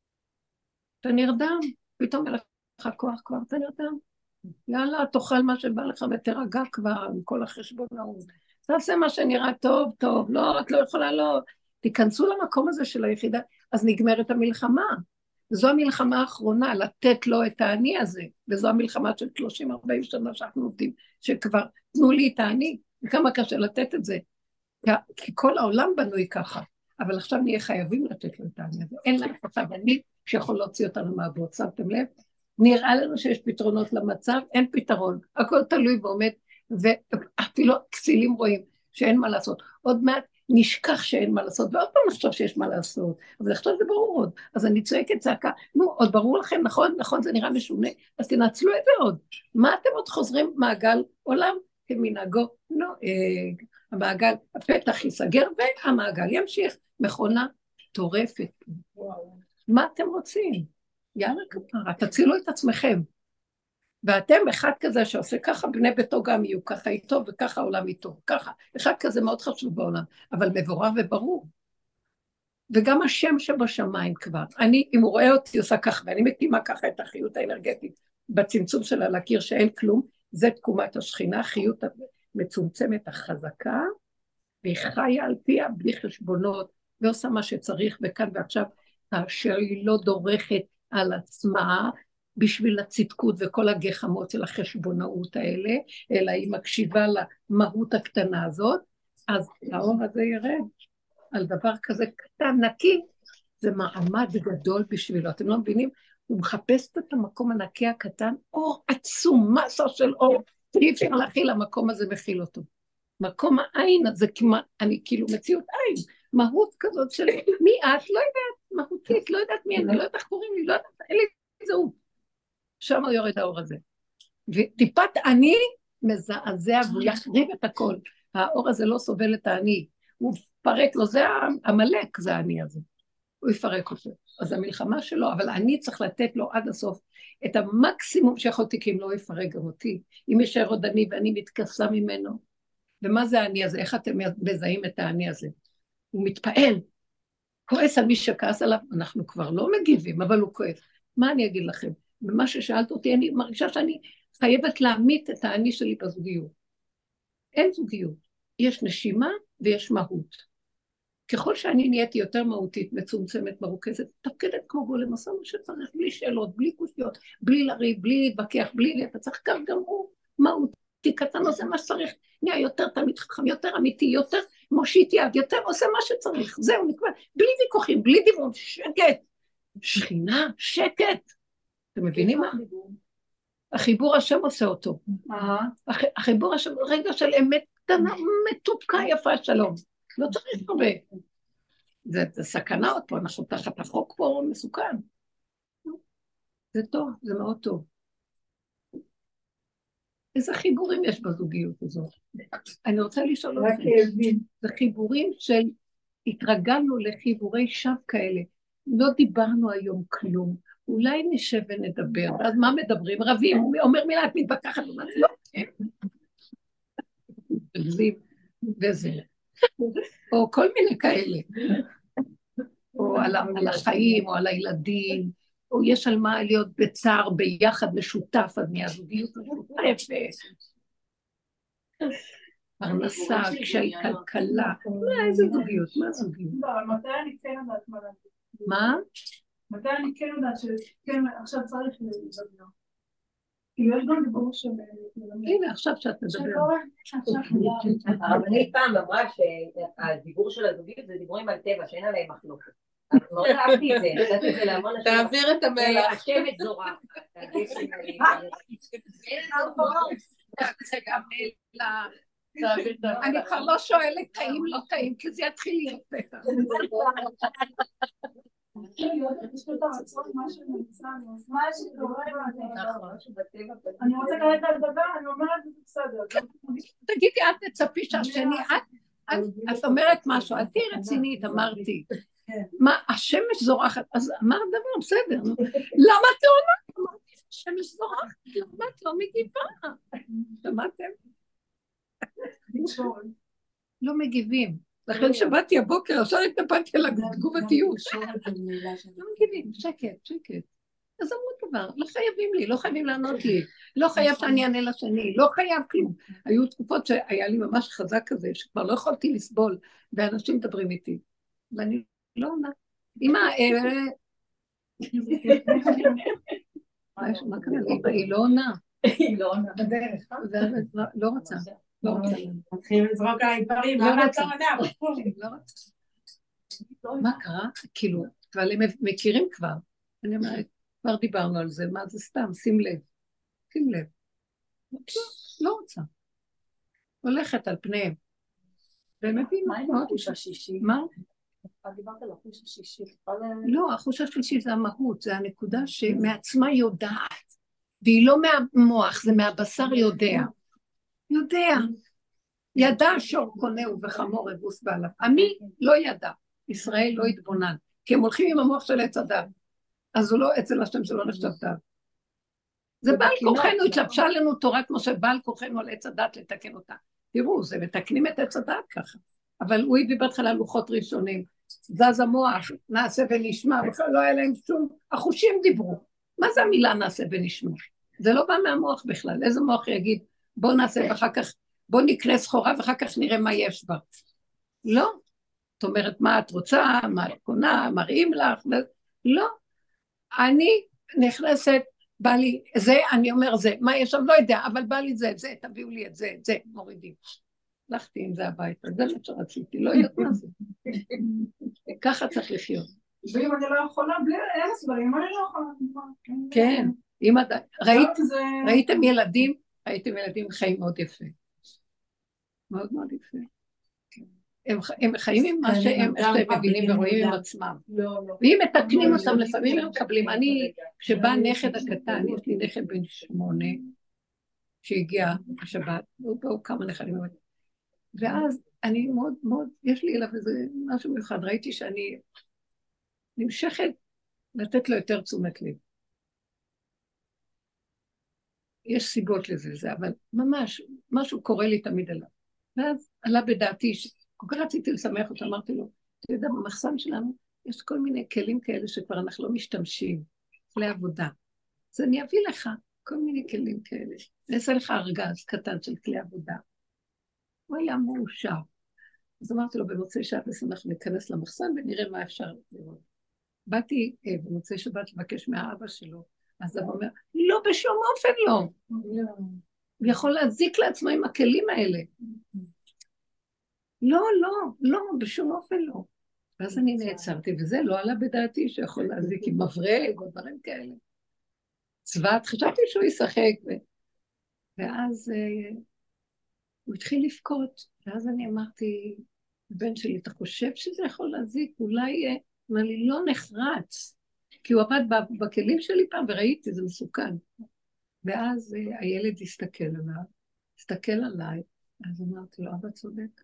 אתה נרדם, פתאום אין לך כוח כבר, אתה נרדם. יאללה, תאכל מה שבא לך ותרגע כבר עם כל החשבונאות. תעשה מה שנראה טוב, טוב, לא, את לא יכולה, לא. תיכנסו למקום הזה של היחידה, אז נגמרת המלחמה. וזו המלחמה האחרונה, לתת לו את העני הזה, וזו המלחמה של שלושים ארבעים שנה שאנחנו עובדים, שכבר תנו לי את העני, וכמה קשה לתת את זה. כי כל העולם בנוי ככה, אבל עכשיו נהיה חייבים לתת לו את העני הזה. אין לך עכשיו אני שיכול להוציא אותנו מהבוט, שמתם לב? נראה לנו שיש פתרונות למצב, אין פתרון, הכל תלוי ועומד, ואפילו כסילים רואים שאין מה לעשות. עוד מעט נשכח שאין מה לעשות, ועוד פעם נחשוב שיש מה לעשות, אבל עכשיו זה ברור עוד, אז אני צועקת צעקה, נו, עוד ברור לכם, נכון, נכון, זה נראה משונה, אז תנצלו את זה עוד. מה אתם עוד חוזרים מעגל עולם כמנהגו נוהג, המעגל, הפתח ייסגר, והמעגל ימשיך, מכונה טורפת. מה אתם רוצים? יאללה כפרה, תצילו את עצמכם. ואתם אחד כזה שעושה ככה, בני ביתו גם יהיו ככה איתו, וככה העולם איתו, ככה. אחד כזה מאוד חשוב בעולם, אבל מבורר וברור. וגם השם שבשמיים כבר. אני, אם הוא רואה אותי עושה ככה, ואני מקימה ככה את החיות האנרגטית, בצמצום שלה להכיר שאין כלום, זה תקומת השכינה, חיות המצומצמת החזקה, והיא חיה על פיה בלי חשבונות, ועושה מה שצריך, וכאן ועכשיו, כאשר היא לא דורכת על עצמה, בשביל הצדקות וכל הגחמות של החשבונאות האלה, אלא היא מקשיבה למהות הקטנה הזאת, אז האור הזה ירד על דבר כזה קטן, נקי, זה מעמד גדול בשבילו, אתם לא מבינים? הוא מחפש את המקום הנקי הקטן, אור עצום, מסה של אור, אי אפשר להכיל, המקום הזה מכיל אותו. מקום העין הזה, כמעט, אני כאילו מציאות עין, מהות כזאת של מי את? לא יודעת, מהותית, לא יודעת מי אני, לא יודעת איך קוראים לי, לא יודעת, אין לי זהות. שם הוא יורד האור הזה. וטיפת אני מזעזע, והוא יחריב את הכל. האור הזה לא סובל את העני, הוא פרק לו, זה המלאק, זה העני הזה. הוא יפרק אותו. אז המלחמה שלו, אבל אני צריך לתת לו עד הסוף את המקסימום שיכולתי, כי אם לא יפרק גם אותי. אם יש עוד אני ואני מתכסה ממנו. ומה זה העני הזה? איך אתם מזהים את העני הזה? הוא מתפעל. כועס על מי שכעס עליו, אנחנו כבר לא מגיבים, אבל הוא כועס. מה אני אגיד לכם? במה ששאלת אותי, אני מרגישה שאני חייבת להעמיד את העני שלי בזוגיות. אין זוגיות. יש נשימה ויש מהות. ככל שאני נהייתי יותר מהותית, מצומצמת, מרוכזת, תפקדת כמו גולם, עושה מה שצריך, בלי שאלות, בלי קושיות, בלי לריב, בלי להתווכח, בלי אתה צריך גם גם הוא מהותי קטן, עושה מה שצריך, נהיה יותר תמיד חכם, יותר אמיתי, יותר מושיט יד, יותר עושה מה שצריך, זהו נקבע, בלי ויכוחים, בלי דיבורים, שקט, שכינה, שקט. אתם מבינים מה? החיבור השם עושה אותו. החיבור השם, רגע של אמת קטנה, מתוקה יפה שלום. לא צריך הרבה. זה, זה סכנה עוד פה, אנחנו תחת החוק פה מסוכן. זה טוב, זה מאוד טוב. איזה חיבורים יש בזוגיות הזאת? אני רוצה לשאול רק אתכם. כאבים. זה חיבורים של, התרגלנו לחיבורי שווא כאלה. לא דיברנו היום כלום. אולי נשב ונדבר, ואז מה מדברים? רבים, הוא אומר מילה, את מתווכחת, ומה זה לא? וזה. או כל מיני כאלה. או על, על החיים, או על הילדים, או יש על מה להיות בצער ביחד משותף, אז מהזוגיות משותפת. פרנסה, קשיי כלכלה. מה, איזה זוגיות? מה זוגיות? לא, אבל מתי אני כן יודעת מה להגיד? מה? מתי אני כן יודעת שכן, עכשיו צריך לדבר? כאילו יש גם דיבור של... הנה, עכשיו שאת מדברת. הרבנית פעם אמרה שהדיבור של הזוגיות זה דיבורים על טבע, שאין עליהם מחלוקת. אז מאוד אהבתי את זה, נתתי את זה להמון אנשים. תעביר את המלח. השמש זורחת, הגשם... זה גם אני כבר לא שואלת טעים לא טעים, כי זה יתחיל להיות פתע. אני רוצה כרגע לדבר, אני אומרת זה בסדר. תגידי, את תצפי שהשני, את אומרת משהו, את תהיי רצינית, אמרתי. מה, השמש זורחת, אז אמרת דבר, בסדר. למה את לא אומרת? אמרתי, השמש זורחת, למה את לא מגיבה? שמעתם? לא מגיבים. לכן שבאתי הבוקר, עכשיו התנפלתי על התגובתיות. לא מגיבים, שקט, שקט. אז אמרו דבר, לא חייבים לי, לא חייבים לענות לי, לא חייב שאני אענה לשני, לא חייב כלום. היו תקופות שהיה לי ממש חזק כזה, שכבר לא יכולתי לסבול, ואנשים מדברים איתי. ואני לא עונה. אמא, מה קרה לי? היא לא עונה. היא לא עונה בדרך. לא רוצה. לא רוצה. מתחילים לזרוק עליי דברים, למה את לא עונה? לא רוצה. מה קרה? כאילו, אבל הם מכירים כבר. אני אומרת, כבר דיברנו על זה, מה זה סתם? שים לב. שים לב. לא רוצה. הולכת על פניהם. והם מבינים. מה עם החוש השישי? מה? דיברת על החוש השישי. לא, החוש השישי זה המהות, זה הנקודה שמעצמה יודעת. והיא לא מהמוח, זה מהבשר יודע. יודע. ידע שור קונהו וחמור אבוס בעליו. עמי לא ידע. ישראל לא התבונן. כי הם הולכים עם המוח של עץ הדת. אז הוא לא, אצל השם שלא נחשב דת. זה בעל כוחנו, התלבשה לנו תורה כמו שבעל כוחנו על עץ הדת לתקן אותה. תראו, זה מתקנים את עץ הדת ככה. אבל הוא הביא בהתחלה לוחות ראשונים. זז המוח, נעשה ונשמע, בכלל לא היה להם שום, החושים דיברו. מה זה המילה נעשה ונשמע? זה לא בא מהמוח בכלל. איזה מוח יגיד, בוא נעשה ואחר כך, בוא נקנה סחורה ואחר כך נראה מה יש בה. לא. זאת אומרת, מה את רוצה, מה את קונה, מראים לך, לא. אני נכנסת, בא לי זה, אני אומר זה, מה יש שם, לא יודע, אבל בא לי זה, זה, תביאו לי את זה, את זה, מורידים. הלכתי עם זה הביתה, זה מה שרציתי, לא יודעת מה זה. ככה צריך לחיות. ואם אני לא יכולה, בלי אין הסברים, אני לא יכולה. כן, ראיתם ילדים, ראיתם ילדים חיים מאוד יפה. מאוד מאוד יפה. הם חיים עם מה שהם מבינים ורואים עם עצמם. ואם מתקנים אותם, לפעמים הם מקבלים. אני, כשבא נכד הקטן, יש לי נכד בן שמונה, שהגיע השבת, הוא פה כמה נכדים. ואז אני מאוד מאוד, יש לי אליו איזה משהו מיוחד, ראיתי שאני נמשכת לתת לו יותר תשומת לב. יש סיבות לזה, זה, אבל ממש, משהו קורה לי תמיד עליו. ואז עלה בדעתי, כל כך רציתי לשמח אותו, אמרתי לו, אתה יודע, במחסן שלנו יש כל מיני כלים כאלה שכבר אנחנו לא משתמשים, כלי עבודה. אז אני אביא לך כל מיני כלים כאלה. אני אעשה לך ארגז קטן של כלי עבודה. הוא היה מאושר. אז אמרתי לו, במוצאי שבת אנחנו ניכנס למחסן ונראה מה אפשר לראות. באתי אה, במוצאי שבת לבקש מהאבא שלו, אז הוא אומר, לא, בשום אופן לא. הוא יכול להזיק לעצמו עם הכלים האלה. לא, לא, לא, בשום אופן לא. ואז אני נעצרתי, וזה לא עלה בדעתי שיכול להזיק עם מברג או דברים כאלה. צוות, חשבתי שהוא ישחק. ו... ואז אה, הוא התחיל לבכות, ואז אני אמרתי, בן שלי, אתה חושב שזה יכול להזיק? אולי, אבל לי לא נחרץ, כי הוא עבד בכלים שלי פעם וראיתי, זה מסוכן. ואז הילד הסתכל עליו, הסתכל עליי, אז אמרתי לו, אבא צודק.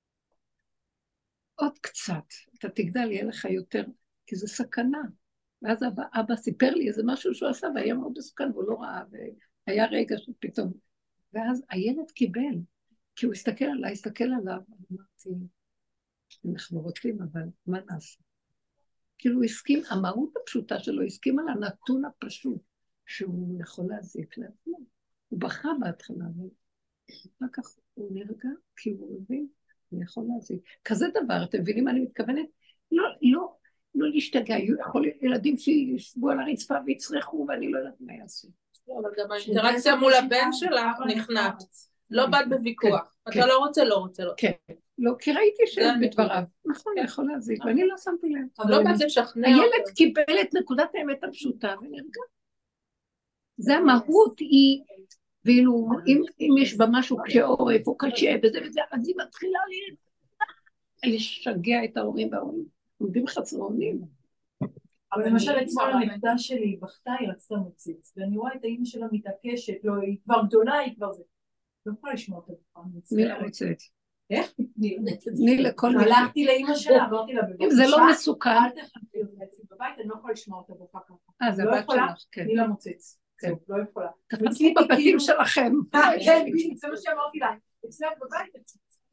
עוד קצת, אתה תגדל, יהיה לך יותר, כי זה סכנה. ואז אבא, אבא סיפר לי איזה משהו שהוא עשה, והיה מאוד מסוכן, והוא לא ראה, והיה רגע שפתאום. ואז הילד קיבל, כי הוא הסתכל עליי, הסתכל עליו, אמרתי, אנחנו רוצים, אבל מה נעשה? כאילו הוא הסכים, המהות הפשוטה שלו, הסכים על הנתון הפשוט, שהוא יכול להזיק לעצמו. הוא בכה בהתחלה, ואחר כך הוא נרגע, כי הוא מבין, הוא יכול להזיק. כזה דבר, אתם מבינים מה אני מתכוונת? לא, לא, לא להשתגע, יכול להיות ילדים שישבו על הרצפה ויצרכו, ואני לא יודעת מה יעשו. לא, אבל גם האינטראקציה מול הבן שלך נכנעת. לא באת בוויכוח. אתה לא רוצה, לא רוצה, לא. כן. לא, כי ראיתי שאת בדבריו. נכון, יכול להזיק, ואני לא שמתי לב. לא באת לשכנע. הילד קיבל את נקודת האמת הפשוטה ונרגע. זה המהות היא, ואילו אם יש בה משהו כשעורף או קשה וזה וזה, אז היא מתחילה לשגע את ההורים וההורים. עומדים חצרונים. אבל למשל אתמול הנקדה שלי היא בכתה, היא רצתה מוציץ, ואני רואה את האמא שלה מתעקשת, לא, היא כבר גדולה, היא כבר זה. לא יכולה לשמוע את הבכורה. מי לא מוצץ? איך? תני לכל מיני. הלכתי לאמא שלה, אמרתי לה בבקשה. אם זה לא מסוכן. אל תחכי אותי בבית, אני לא יכולה לשמוע אותה בוכה ככה. אה, זה הבת שלך, כן. תני לה מוצץ. זהו, לא יכולה. תפצלי בבתים שלכם. כן, זה מה שאמרתי לה. אצלך בבית,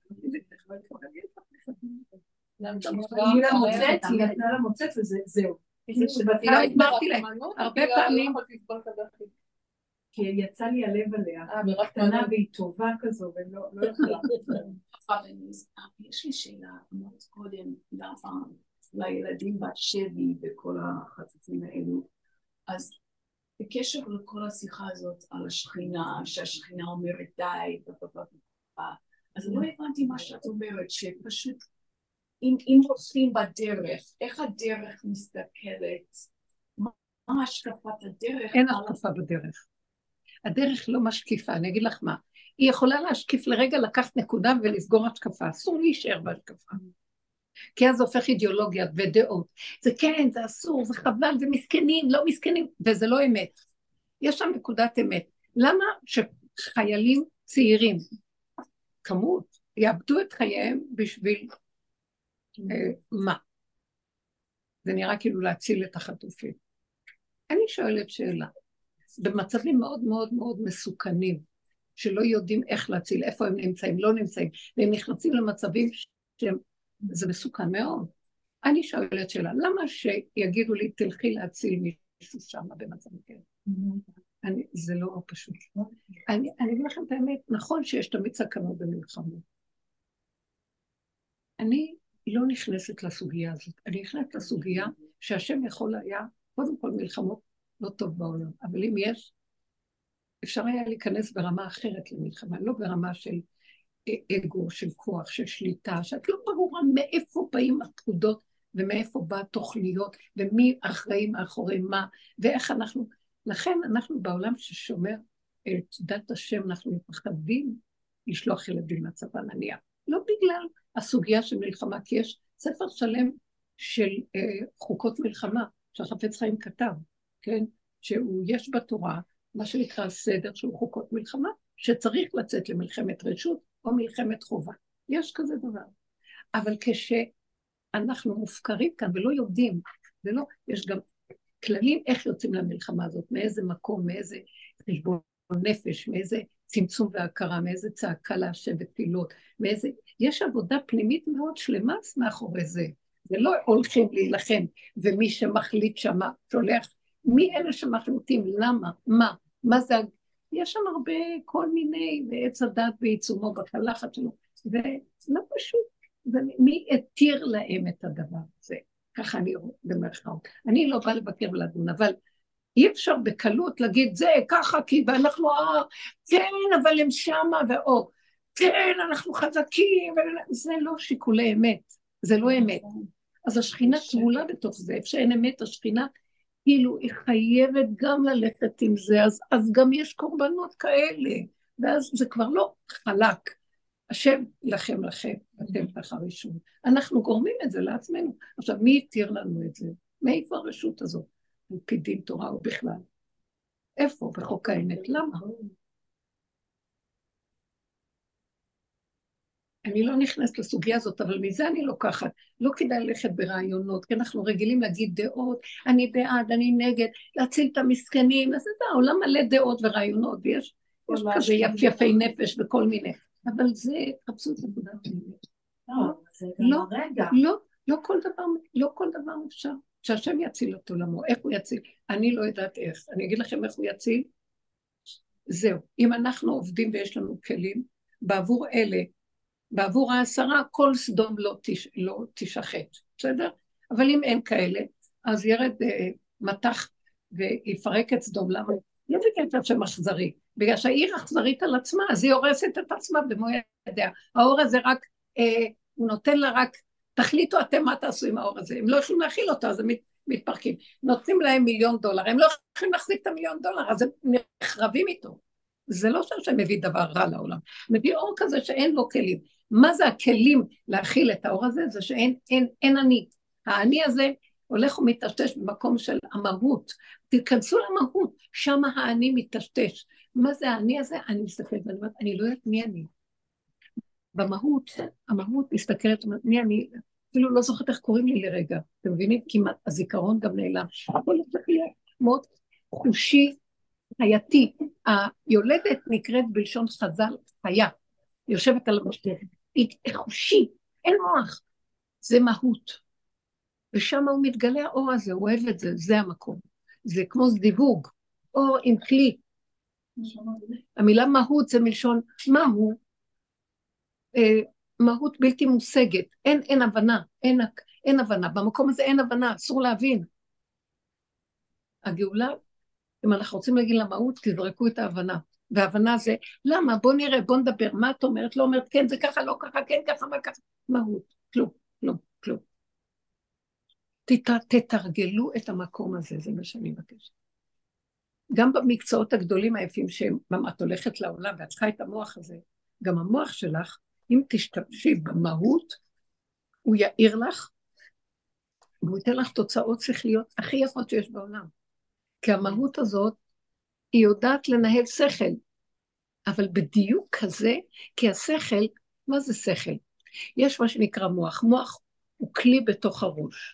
תני לה מוצץ, היא נתנה לה מוצץ וזהו. לא הגמרתי להם, הרבה פעמים. כי יצא לי הלב עליה, קטנה והיא טובה כזו, ולא יכולה. יש לי שאלה, אמרת קודם, דווקא לילדים בשבי וכל החצוצים האלו, אז בקשר לכל השיחה הזאת על השכינה, שהשכינה אומרת די, אז לא הבנתי מה שאת אומרת, שפשוט אם, אם הולכים בדרך, איך הדרך מסתכלת? מה השקפת הדרך? אין השקפה בדרך. הדרך לא משקיפה, אני אגיד לך מה. היא יכולה להשקיף לרגע, לקחת נקודה ולסגור השקפה. אסור להישאר בהשקפה. כי אז זה הופך אידיאולוגיה ודעות. זה כן, זה אסור, זה חבל, זה מסכנים, לא מסכנים, וזה לא אמת. יש שם נקודת אמת. למה שחיילים צעירים, כמות, יאבדו את חייהם בשביל אה, מה? זה נראה כאילו להציל את החטופים. אני שואלת שאלה. במצבים מאוד מאוד מאוד מסוכנים, שלא יודעים איך להציל, איפה הם נמצאים, לא נמצאים, והם נכנסים למצבים שזה מסוכן מאוד. אני שואלת שאלה, למה שיגידו לי, תלכי להציל מישהו שם במצב כזה? אני, זה לא פשוט. אני, אני אגיד לכם את האמת, נכון שיש תמיד סכנות במלחמות. אני לא נכנסת לסוגיה הזאת, אני נכנסת לסוגיה שהשם יכול היה, קודם כל מלחמות לא טוב בעולם, אבל אם יש, אפשר היה להיכנס ברמה אחרת למלחמה, לא ברמה של אגו, של כוח, של שליטה, שאת לא ברורה מאיפה באים הפקודות, ומאיפה באה תוכניות, ומי אחראים מאחורי מה, ואיך אנחנו, לכן אנחנו בעולם ששומר את דת השם, אנחנו מפחדים לשלוח ילדים לצבא נניח, לא בגלל הסוגיה של מלחמה, כי יש ספר שלם של אה, חוקות מלחמה, שהחפץ חיים כתב, כן? שהוא יש בתורה, מה שנקרא סדר שהוא חוקות מלחמה, שצריך לצאת למלחמת רשות או מלחמת חובה. יש כזה דבר. אבל כשאנחנו מופקרים כאן ולא יודעים, ולא, יש גם כללים איך יוצאים למלחמה הזאת, מאיזה מקום, מאיזה חשבון נפש, מאיזה צמצום והכרה, מאיזה צעקה להשם ותפילות, מאיזה... יש עבודה פנימית מאוד שלמה מאחורי זה. זה לא הולכים להילחם, ומי שמחליט שמה שולח, מי אלה שמחליטים, למה, מה, מה זה, יש שם הרבה כל מיני, ועץ הדת בעיצומו בקלחת שלו, ולא פשוט, מי התיר להם את הדבר הזה, ככה אני במרכאות, אני לא באה לבקר ולדון, אבל אי אפשר בקלות להגיד זה ככה, כי ואנחנו, כן, אבל הם שמה, ואו, כן, אנחנו חזקים, זה לא שיקולי אמת, זה לא אמת. אז השכינה תמולה בתוך זה, איפה שאין אמת, השכינה, כאילו היא חייבת גם ללכת עם זה, אז, אז גם יש קורבנות כאלה, ואז זה כבר לא חלק. השם לכם לכם, אתם תחרישון. אנחנו גורמים את זה לעצמנו. עכשיו, מי יתיר לנו את זה? מאיפה הרשות הזאת? על פי דין תורה או בכלל? איפה? בחוק האמת. למה? אני לא נכנסת לסוגיה הזאת, אבל מזה אני לוקחת. לא כדאי ללכת ברעיונות, כי אנחנו רגילים להגיד דעות, אני בעד, אני נגד, להציל את המסכנים, אז זה העולם מלא דעות ורעיונות, ויש יש כזה יפי נפש וכל מיני. אבל זה חפשו את נקודת האמת. לא, לא, לא כל דבר, לא כל דבר אפשר. שהשם יציל את עולמו, איך הוא יציל? אני לא יודעת איך. אני אגיד לכם איך הוא יציל. זהו, אם אנחנו עובדים ויש לנו כלים, בעבור אלה, בעבור העשרה, כל סדום לא, תש, לא תשחט, בסדר? אבל אם אין כאלה, אז ירד אה, מתח ויפרק את סדום. למה? לא בגלל שם אכזרי, בגלל שהעיר אכזרית על עצמה, אז היא הורסת את עצמה במו ידיה. האור הזה רק, אה, הוא נותן לה רק, תחליטו אתם מה תעשו עם האור הזה, הם לא יכולים להכיל אותו, אז הם מתפרקים. נותנים להם מיליון דולר, הם לא יכולים להחזיק את המיליון דולר, אז הם נחרבים איתו. זה לא שהם מביא דבר רע לעולם, מביא אור כזה שאין לו כלים. מה זה הכלים להכיל את האור הזה? זה שאין אין, אין אני. האני הזה הולך ומתשתש במקום של המהות. תיכנסו למהות, שם האני מתשתש. מה זה האני הזה? אני מסתכלת ואני אומרת, אני לא יודעת מי אני. במהות, המהות מסתכלת, מי אני, אפילו לא זוכרת איך קוראים לי לרגע. אתם מבינים? כמעט הזיכרון גם נעלם. הכל צריך להיות מאוד חושי, חייתי. היולדת נקראת בלשון חז"ל חיה. יושבת על המשטרת. היא חושי, אין מוח. זה מהות. ושם הוא מתגלה האור הזה, הוא אוהב את זה, זה המקום. זה כמו זיווג, אור עם כלי. המילה מהות זה מלשון מהו, אה, מהות בלתי מושגת, אין, אין הבנה, אין, אין הבנה, במקום הזה אין הבנה, אסור להבין. הגאולה, אם אנחנו רוצים להגיד למהות, תזרקו את ההבנה, וההבנה זה, למה? בוא נראה, בוא נדבר, מה את אומרת? לא אומרת, כן, זה ככה, לא ככה, כן, ככה, מה ככה, מהות, כלום, כלום, כלום. תת, תתרגלו את המקום הזה, זה מה שאני מבקשת. גם במקצועות הגדולים היפים שאת הולכת לעולם ואת צריכה את המוח הזה, גם המוח שלך, אם תשתמשי במהות, הוא יאיר לך, והוא ייתן לך תוצאות שכליות הכי יפות שיש בעולם. כי המהות הזאת, היא יודעת לנהל שכל, אבל בדיוק כזה, כי השכל, מה זה שכל? יש מה שנקרא מוח, מוח הוא כלי בתוך הראש,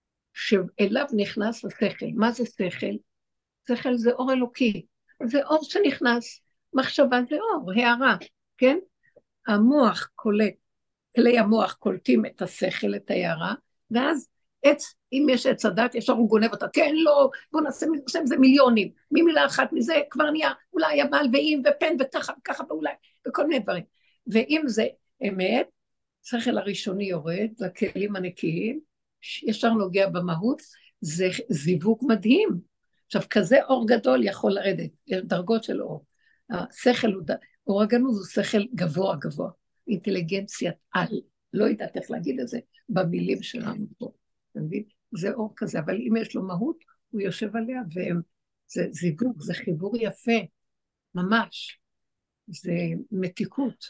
שאליו נכנס השכל. מה זה שכל? שכל זה אור אלוקי, זה אור שנכנס, מחשבה זה אור, הערה, כן? המוח קולט, כלי המוח קולטים את השכל, את הערה, ואז עץ, אם יש עץ הדת, ישר הוא גונב אותה, כן, לא, בוא נעשה עם זה מיליונים, ממילה אחת מזה כבר נהיה, אולי הבעל ואם ופן וככה וככה ואולי, וכל מיני דברים. ואם זה אמת, שכל הראשוני יורד, לכלים הנקיים, ישר נוגע במהות, זה זיווג מדהים. עכשיו, כזה אור גדול יכול לרדת, דרגות של אור. השכל הוא, אור הגנוז הוא שכל גבוה גבוה, אינטליגנציית על, לא יודעת איך להגיד את זה, במילים שלנו פה. זה אור כזה, אבל אם יש לו מהות, הוא יושב עליה, וזה זיווג, זה חיבור יפה, ממש. זה מתיקות,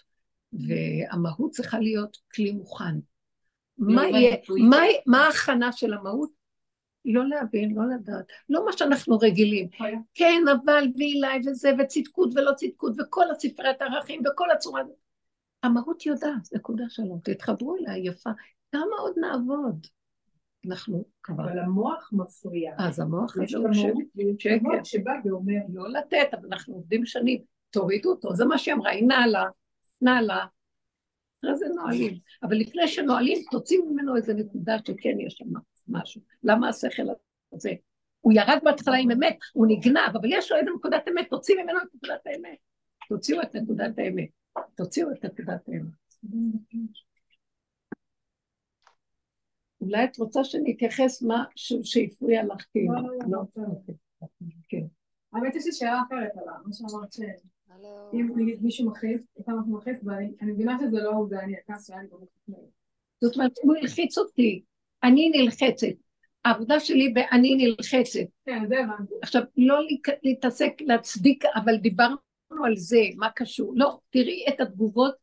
והמהות צריכה להיות כלי מוכן. מה יהיה, מה ההכנה של המהות? לא להבין, לא לדעת, לא מה שאנחנו רגילים. כן, אבל ואילי וזה, וצדקות ולא צדקות, וכל הספריית הערכים, וכל הצורה. המהות יודעת, נקודה שלום, תתחברו אליה, יפה. כמה עוד נעבוד? אנחנו כבר. אבל המוח מפריע. אז המוח יש לו מוח שבא ואומר, לא לתת, אבל אנחנו עובדים שנים, תורידו אותו, זה מה שהיא אמרה, היא נעלה, נעלה, אחרי זה נועלים, אבל לפני שנועלים, תוצאים ממנו איזה נקודה שכן יש שם משהו. למה השכל הזה? הוא ירד בהתחלה עם אמת, הוא נגנב, אבל יש לו איזה נקודת אמת, תוציא ממנו את נקודת האמת. תוציאו את נקודת האמת. תוציאו את נקודת האמת. אולי את רוצה שנתייחס מה שהפריע לך כאילו. לא, לא, כן. האמת יש לי שאלה אחרת עליו, מה שאמרת ש... אם נגיד מישהו מחליף, אתה מחליף, ואני מבינה שזה לא הוא, זה אני הכעס שהיה לי במחליף. זאת אומרת, הוא הלחיץ אותי, אני נלחצת, העבודה שלי באני נלחצת. כן, זה הבנתי. עכשיו, לא להתעסק, להצדיק, אבל דיברנו על זה, מה קשור. לא, תראי את התגובות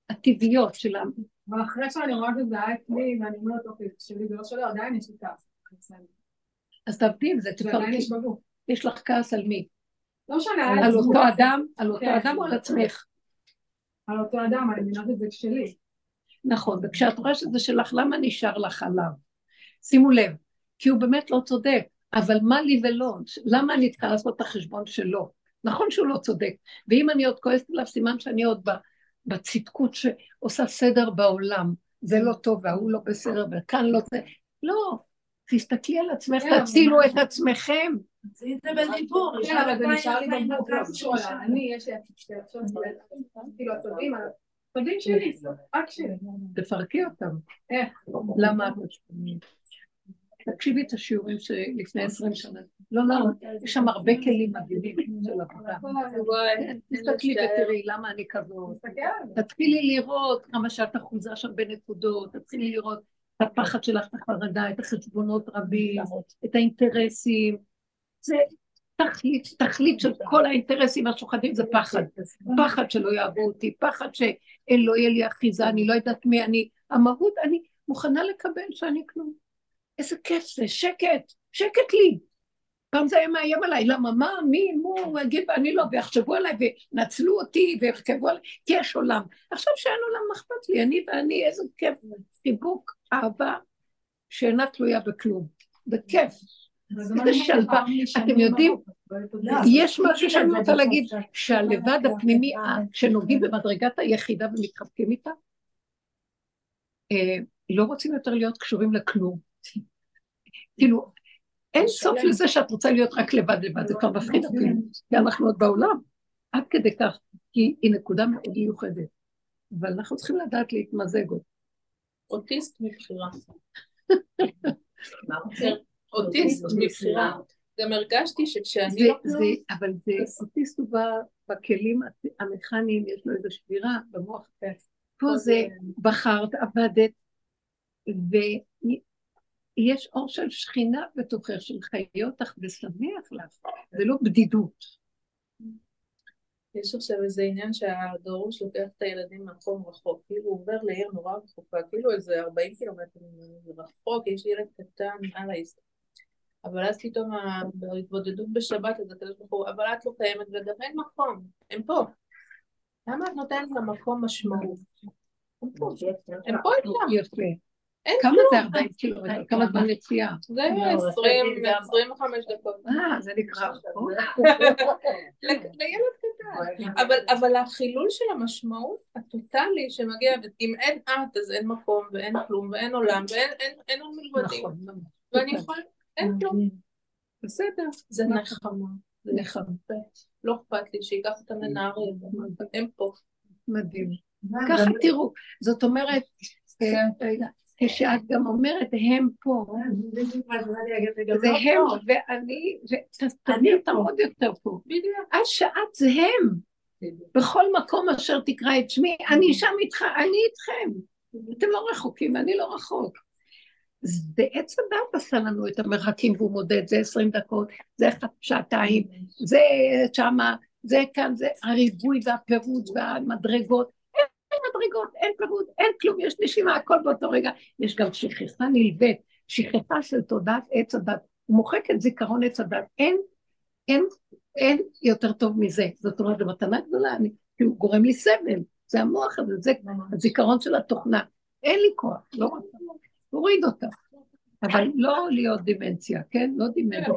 הטבעיות של ה... ואחרי שאני רואה שזה היה אצלי, ואני אומרת, אוקיי, שלי זה לא שלו, עדיין יש לי כעס. אז תעבדי עם זה, זה עדיין יש תפרקי. בגוף. יש לך כעס על מי? לא משנה, על אותו אדם? על אותו כן. אדם או על עצמך? על אותו אדם, אני מבינה את זה שלי. נכון, וכשאת רואה שזה שלך, למה נשאר לך עליו? שימו לב, כי הוא באמת לא צודק, אבל מה לי ולא? למה אני צריכה לעשות את החשבון שלו? נכון שהוא לא צודק, ואם אני עוד כועסת עליו, סימן שאני עוד בצדקות שעושה סדר בעולם, זה לא טוב, והוא לא בסדר, וכאן לא זה, לא, תסתכלי על עצמך, תצילו את עצמכם. זה בדיבור. כן, אבל זה נשאר לי בגוף, לא קשור לה. אני, יש לי עכשיו, כאילו, הצודים, הצודים שלי, רק שלי. תפרקי אותם. איך? למה את משפטנית? תקשיבי את השיעורים שלפני עשרים שנה. לא, לא, יש שם הרבה כלים מדהימים של עבודה. תסתכלי ותראי למה אני כזאת. תתחילי לראות כמה שאת אחוזה שם בנקודות, תתחילי לראות את הפחד שלך, את החרדה, את החשבונות רבים, את האינטרסים. זה תכלית, תכלית של כל האינטרסים השוחדים זה פחד. פחד שלא יאהבו אותי, פחד שאין לא יהיה לי אחיזה, אני לא יודעת מי אני. המהות, אני מוכנה לקבל שאני כלום. איזה כיף זה, שקט, שקט לי. פעם זה היה מאיים עליי, למה, מה, מי, מו, הוא יגיד, ואני לא, ויחשבו עליי, ונצלו אותי, וירכבו עליי, כי יש עולם. עכשיו שאין עולם, מה אכפת לי, אני ואני, איזה כיף, חיבוק, אהבה, שאינה תלויה בכלום. בכיף. איזה שלווה. אתם יודעים, יש משהו שאני רוצה להגיד, שהלבד הפנימי, כשנוגעים במדרגת היחידה ומתחבקים איתה, לא רוצים יותר להיות קשורים לכלום. כאילו, אין סוף לזה שאת רוצה להיות רק לבד לבד, זה כבר מפחיד אפילו, כי אנחנו עוד בעולם, עד כדי כך, כי היא נקודה מאוד מיוחדת, אבל אנחנו צריכים לדעת להתמזג עוד. אוטיסט מבחירה. אוטיסט מבחירה. גם הרגשתי שכשאני לא כלום... אבל זה אוטיסט הוא בכלים המכניים, יש לו איזו שבירה במוח, פה זה בחרת, עבדת, ויש אור של שכינה בתוכך, של חיות אותך ושמח לך, זה לא בדידות. יש עכשיו איזה עניין שהדרוש לוקח את הילדים מהחום רחוק, כאילו הוא עובר לעיר נורא רחוקה, כאילו איזה ארבעים קילומטר רחוק, יש ילד קטן על ההסתכל. אבל אז פתאום בהתבודדות בשבת, אז אתה יודע, אבל את לא קיימת, וגם אין מקום, הם פה. למה את נותנת למקום משמעות? הם פה, הם פה איתם. יפה. כמה זה ארבעים קילומטר? כמה זמן נסיעה? זה עשרים וחמש דקות. אה, זה נקרא. לילד קטן. אבל החילול של המשמעות הטוטלי שמגיע, אם אין את, אז אין מקום, ואין כלום, ואין עולם, ואין עוד מלבדים. ואני יכולה, אין כלום. בסדר, זה נחמה. זה נחמה. לא אכפת לי שיקח אותם לנהריה, הם פה. מדהים. ככה תראו, זאת אומרת, כשאת גם אומרת, הם פה, זה הם ואני, ותמיד אתה עוד יותר פה. אז שאת זה הם, בכל מקום אשר תקרא את שמי, אני שם איתך, אני איתכם. אתם לא רחוקים, אני לא רחוק. זה עץ הדת עשה לנו את המרחקים, והוא מודד, זה עשרים דקות, זה שעתיים, זה שמה, זה כאן, זה הריבוי והפירוד והמדרגות, אין מדרגות, אין פירוד, אין כלום, יש נשימה, הכל באותו רגע, יש גם שכחה נלווית, שכחה של תודעת עץ הדת, הוא מוחק את זיכרון עץ הדת, אין, אין, אין יותר טוב מזה, זאת אומרת, זו מתנה גדולה, אני, כי הוא גורם לי סבל, זה המוח הזה, זה הזיכרון של התוכנה, אין לי כוח, לא רוצה. הוריד אותה, אבל לא להיות דימנציה, כן? לא דימנציה.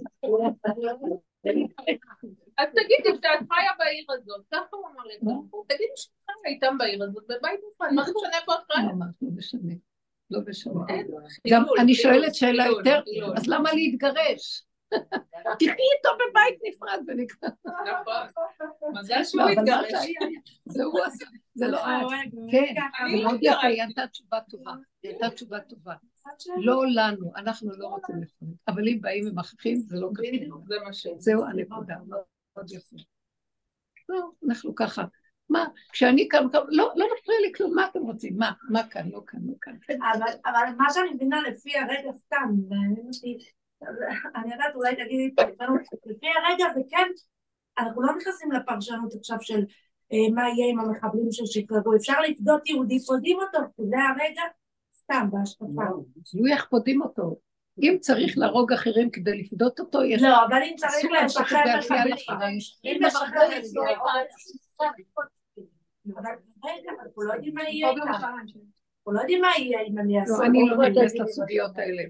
אז תגידי שאת חיה בעיר הזאת, ככה הוא אמר לי, תגידי שאת חיה איתם בעיר הזאת, בבית נפרד, מה זה משנה איפה את חיה? לא, לא משנה, לא משנה. גם אני שואלת שאלה יותר, אז למה להתגרש? תחי איתו בבית נפרד ונקרא. נכון, מזל שהוא התגרש. זה לא את. כן, מאוד יפה, היא ענתה תשובה טובה. היא ענתה תשובה טובה. לא לנו, אנחנו לא רוצים לפעמים. אבל אם באים ומחכים, זה לא קשה. זהו הנקודה, מאוד יפה. לא, אנחנו ככה. מה, כשאני כאן, לא מפריע לי כלום, מה אתם רוצים? מה, מה כאן, לא כאן, לא כאן. אבל מה שאני מבינה לפי הרגע סתם, אני יודעת, אולי תגידי, לפי הרגע זה כן, אנחנו לא נכנסים לפרשנות עכשיו של מה יהיה עם המחבלים ששחררו, אפשר לפדות יהודי, פודים אותו, זה הרגע, סתם בהשקפה. לא איך פודים אותו. אם צריך להרוג אחרים כדי לפדות אותו, יש... לא, אבל אם צריך לשחרר מחבלים, אם לשחרר אבל רגע, אנחנו לא יודעים מה יהיה איתם. אנחנו לא יודעים מה יהיה אם אני אעשה. אני לא נכנס לסוגיות האלה.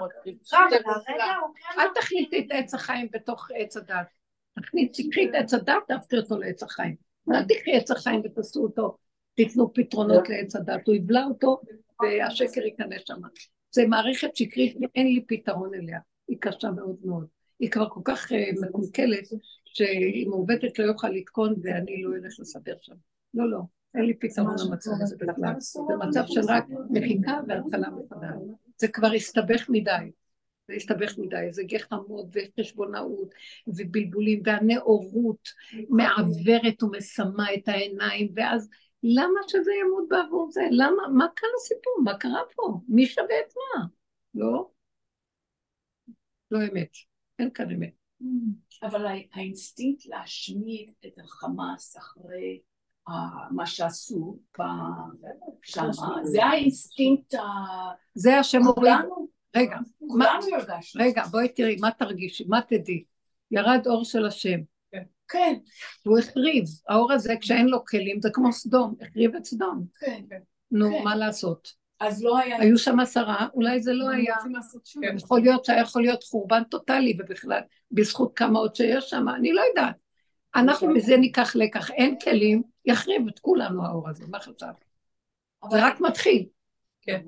אל תכניסי את עץ החיים בתוך עץ הדת. תקחי את עץ הדת, תהפכי אותו לעץ החיים. אל תקחי עץ החיים ותעשו אותו, תיתנו פתרונות לעץ הדת. הוא יבלע אותו והשקר ייכנס שם. זה מערכת שקרית, אין לי פתרון אליה. היא קשה מאוד מאוד. היא כבר כל כך מקולקלת, שאם עובדת לא יוכל לתקון ואני לא אלך לסדר שם. לא, לא. אין לי פתרון למצב הזה בכלל. זה מצב של רק מחיקה והתחלה מחדש. זה כבר הסתבך מדי. זה הסתבך מדי. זה גחמות וחשבונאות ובלבולים, והנאורות מעברת ומסמה את העיניים, ואז למה שזה ימות בעבור זה? למה? מה כאן הסיפור? מה קרה פה? מי שווה את מה? לא? לא אמת. אין כאן אמת. אבל האינסטינקט להשמיד את החמאס אחרי מה שעשו שם, זה האינסטינקט ה... זה השם אומרים. רגע, כולנו הרגשנו. רגע, בואי תראי, מה תרגישי, מה תדעי? ירד אור של השם. כן. הוא החריב, האור הזה כשאין לו כלים, זה כמו סדום, החריב את סדום. כן. נו, מה לעשות? אז לא היה... היו שם עשרה, אולי זה לא היה... יכול להיות שהיה יכול להיות חורבן טוטלי, ובכלל, בזכות כמה עוד שיש שם, אני לא יודעת. אנחנו מזה ניקח לקח, אין כלים, יחריב את כולנו האור הזה, מה חשב? זה רק מתחיל. כן.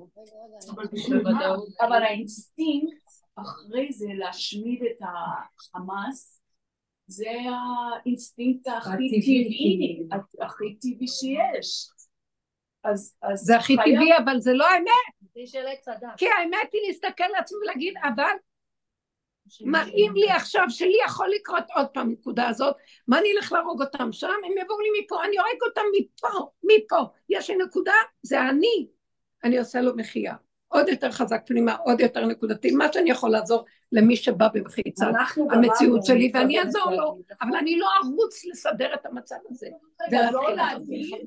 אבל האינסטינקט אחרי זה להשמיד את החמאס, זה האינסטינקט הכי טבעי, הכי טבעי שיש. זה הכי טבעי, אבל זה לא האמת. כי האמת היא להסתכל לעצמי ולהגיד, אבל מראים לי עכשיו שלי יכול לקרות עוד פעם נקודה הזאת, מה אני אלך להרוג אותם שם? הם יבואו לי מפה, אני הורג אותם מפה, מפה. יש לי נקודה, זה אני. אני עושה לו מחייה. עוד יותר חזק פנימה, עוד יותר נקודתי, מה שאני יכול לעזור למי שבא במחיצה, המציאות שלי, ואני אעזור לו, אבל אני לא ארוץ לסדר את המצב הזה. ולא להגיד...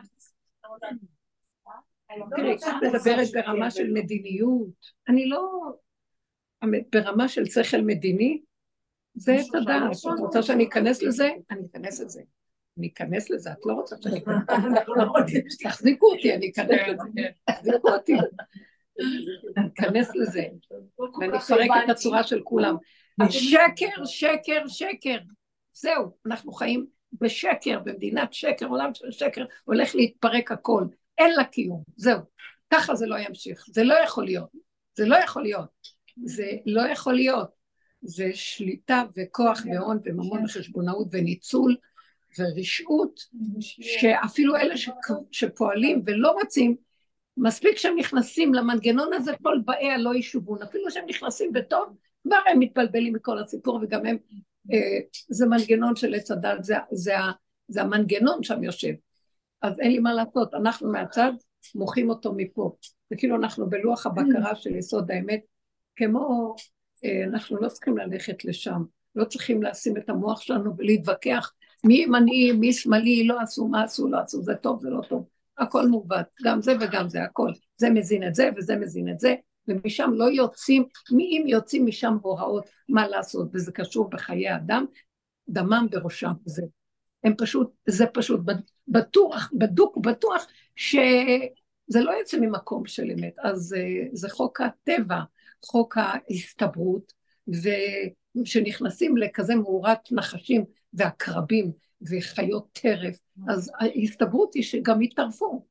תראי, את מדברת ברמה של מדיניות, אני לא... ברמה של שכל מדיני, זה תודה. את רוצה שאני אכנס לזה? אני אכנס לזה. אני אכנס לזה, את לא רוצה שאני אכנס. תחזיקו אותי, אני אכנס לזה. תחזיקו אותי. אני אכנס לזה. ואני אפרק את הצורה של כולם. שקר, שקר, שקר. זהו, אנחנו חיים בשקר, במדינת שקר, עולם של שקר, הולך להתפרק הכל. אין לה קיום, זהו. ככה זה לא ימשיך. זה לא יכול להיות. זה לא יכול להיות. זה לא יכול להיות. זה שליטה וכוח והון וממון וחשבונאות וניצול ורשעות, שאפילו אלה שפועלים ולא רוצים, מספיק שהם נכנסים למנגנון הזה, כל באי הלא ישובון, אפילו שהם נכנסים בטוב, כבר הם מתבלבלים מכל הסיפור, וגם הם, אה, זה מנגנון של עץ הדת, זה, זה, זה המנגנון שם יושב. אז אין לי מה לעשות, אנחנו מהצד מוחים אותו מפה, וכאילו אנחנו בלוח הבקרה של יסוד האמת, כמו אה, אנחנו לא צריכים ללכת לשם, לא צריכים לשים את המוח שלנו ולהתווכח, מי ימני, מי שמאלי, לא עשו, מה עשו, לא עשו, זה טוב, זה לא טוב, הכל מובט, גם זה וגם זה, הכל, זה מזין את זה וזה מזין את זה, ומשם לא יוצאים, אם יוצאים משם הוראות מה לעשות, וזה קשור בחיי אדם, דמם בראשם, זה, הם פשוט, זה פשוט בטוח, בדוק ובטוח, שזה לא יוצא ממקום של אמת, אז זה חוק הטבע, חוק ההסתברות, ושנכנסים לכזה מאורת נחשים והקרבים וחיות טרף, אז ההסתברות היא שגם יתערפו.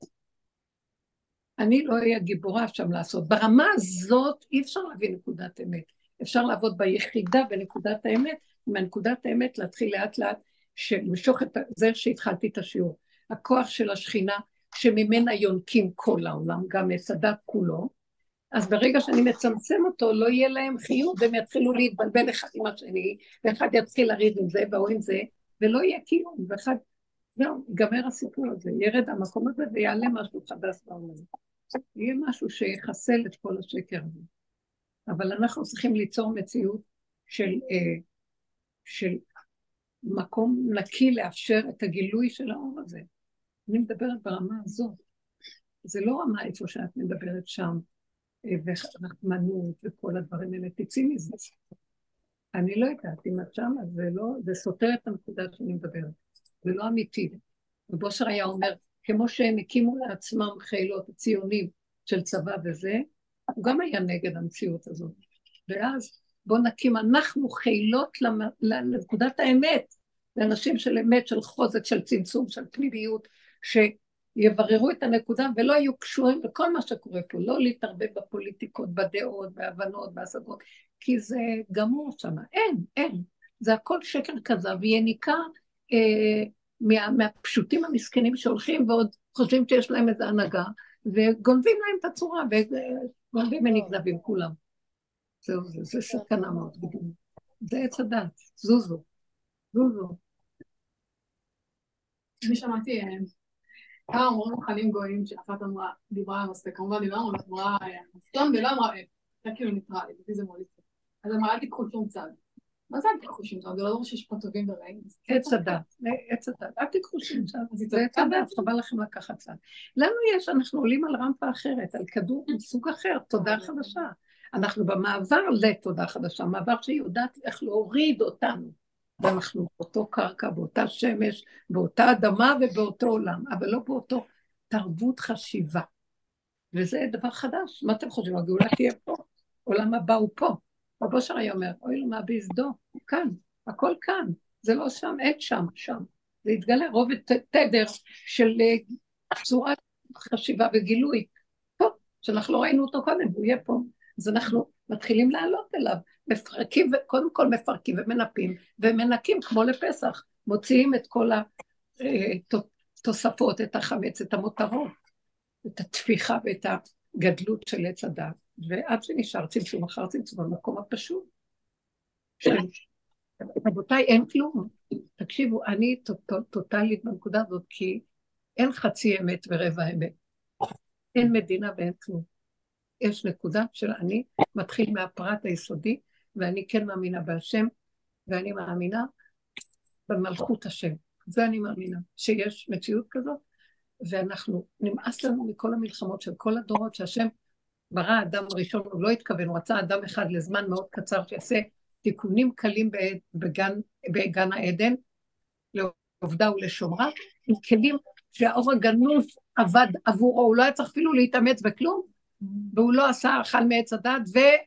אני לא אהיה גיבורה שם לעשות. ברמה הזאת אי אפשר להביא נקודת אמת. אפשר לעבוד ביחידה בנקודת האמת, ומנקודת האמת להתחיל לאט לאט, למשוך את זה שהתחלתי את השיעור. הכוח של השכינה שממנה יונקים כל העולם, גם מסדת כולו, אז ברגע שאני מצמצם אותו, לא יהיה להם חיוב, והם יתחילו להתבלבל אחד עם השני, ואחד יתחיל לריב עם זה, והוא עם זה, ולא יהיה קיום, ואחד, זהו, ייגמר הסיפור הזה, ירד המקום הזה, ויעלה משהו חדש בעולם. יהיה משהו שיחסל את כל השקר הזה. אבל אנחנו צריכים ליצור מציאות של, של מקום נקי לאפשר את הגילוי של האור הזה. אני מדברת ברמה הזאת. זה לא רמה איפה שאת מדברת שם, ורחמנות וכל הדברים האלה, תצאי מזה. אני לא יודעת, אם את שם, זה לא, זה סותר את הנקודה שאני מדברת. זה לא אמיתי. ובושר היה אומר, כמו שהם הקימו לעצמם חילות הציונים של צבא וזה, הוא גם היה נגד המציאות הזאת. ואז בוא נקים, אנחנו חילות לנקודת האמת, לאנשים של אמת, של חוזק, של צמצום, של פנימיות, שיבררו את הנקודה ולא יהיו קשורים בכל מה שקורה פה, לא להתערבב בפוליטיקות, בדעות, בהבנות, בהשגות, כי זה גמור שם, אין, אין. זה הכל שקר כזב, ויניקה אה, מה, מהפשוטים המסכנים שהולכים ועוד חושבים שיש להם איזו הנהגה, וגונבים להם את הצורה, וגונבים ונגנבים כולם. זהו, זה, זה סכנה מאוד גדולה. זה עץ הדת, זוזו, זוזו. אני שמעתי כמה אמורים מוכנים גויים שאפת אמרה, דיברה על נושא, כמובן דיברה על אמרה הסתון ולא אמרה, אתה כאילו ניטרלי, לפי זה מוליציה. אז אמרה, אל תיקחו שום צד. מה זה אל תיקחו שום צד? זה לא אומר שיש פה טובים ורעים. עץ הדת, עץ הדת, אל תיקחו שום צד. זה עץ הדת, חבל לכם לקחת צד. לנו יש, אנחנו עולים על רמפה אחרת, על כדור מסוג אחר, תודה חדשה. אנחנו במעבר לתודה חדשה, מעבר שהיא יודעת איך להוריד אותנו. ואנחנו באותו קרקע, באותה שמש, באותה אדמה ובאותו עולם, אבל לא באותו תרבות חשיבה. וזה דבר חדש. מה אתם חושבים? הגאולה תהיה פה, עולם הבא הוא פה. הבושר היה אומר, אוי לו מה ביזדו, כאן, הכל כאן, זה לא שם, אין שם, שם. זה יתגלה רובד תדר של צורת חשיבה וגילוי. פה, שאנחנו לא ראינו אותו קודם, הוא יהיה פה. אז אנחנו מתחילים לעלות אליו, מפרקים, קודם כל מפרקים ומנפים, ומנקים כמו לפסח, מוציאים את כל התוספות, את החמץ, את המותרות, את התפיחה ואת הגדלות של עץ הדת, ועד שנשאר צמצום אחר צמצום במקום הפשוט. רבותיי, אין כלום. תקשיבו, אני טוטלית בנקודה הזאת, כי אין חצי אמת ורבע אמת. אין מדינה ואין כלום. יש נקודה של אני מתחיל מהפרט היסודי, ואני כן מאמינה בהשם, ואני מאמינה במלכות השם. זה אני מאמינה, שיש מציאות כזאת, ואנחנו, נמאס לנו מכל המלחמות של כל הדורות, שהשם ברא אדם ראשון, הוא לא התכוון, הוא רצה אדם אחד לזמן מאוד קצר, שיעשה תיקונים קלים בגן, בגן העדן, לעובדה ולשומרה, עם כלים שהאור הגנוז עבד עבורו, הוא לא היה צריך אפילו להתאמץ בכלום, והוא לא עשה אכל מעץ הדת,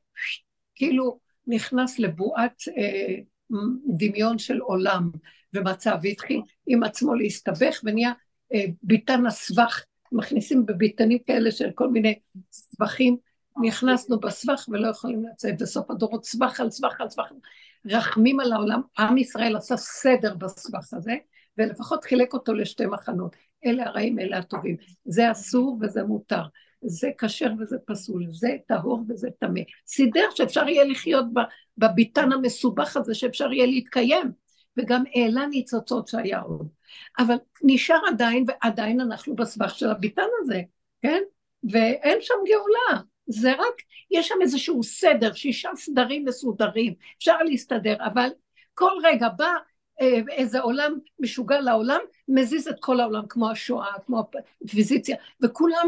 וכאילו נכנס לבועת אה, דמיון של עולם ומצב, והתחיל עם עצמו להסתבך, ונהיה אה, ביטן הסבך, מכניסים בביטנים כאלה של כל מיני סבכים, נכנסנו בסבך ולא יכולים לצאת, בסוף הדורות סבך על סבך על סבך, רחמים על העולם, עם ישראל עשה סדר בסבך הזה, ולפחות חילק אותו לשתי מחנות, אלה הרעים, אלה הטובים, זה אסור וזה מותר, זה כשר וזה פסול, זה טהור וזה טמא. סידר שאפשר יהיה לחיות בביטן המסובך הזה, שאפשר יהיה להתקיים, וגם העלה ניצוצות שהיה עוד. אבל נשאר עדיין, ועדיין אנחנו בסבך של הביטן הזה, כן? ואין שם גאולה. זה רק, יש שם איזשהו סדר, שישה סדרים מסודרים, אפשר להסתדר, אבל כל רגע בא איזה עולם משוגע לעולם, מזיז את כל העולם, כמו השואה, כמו הפיזיציה, וכולם...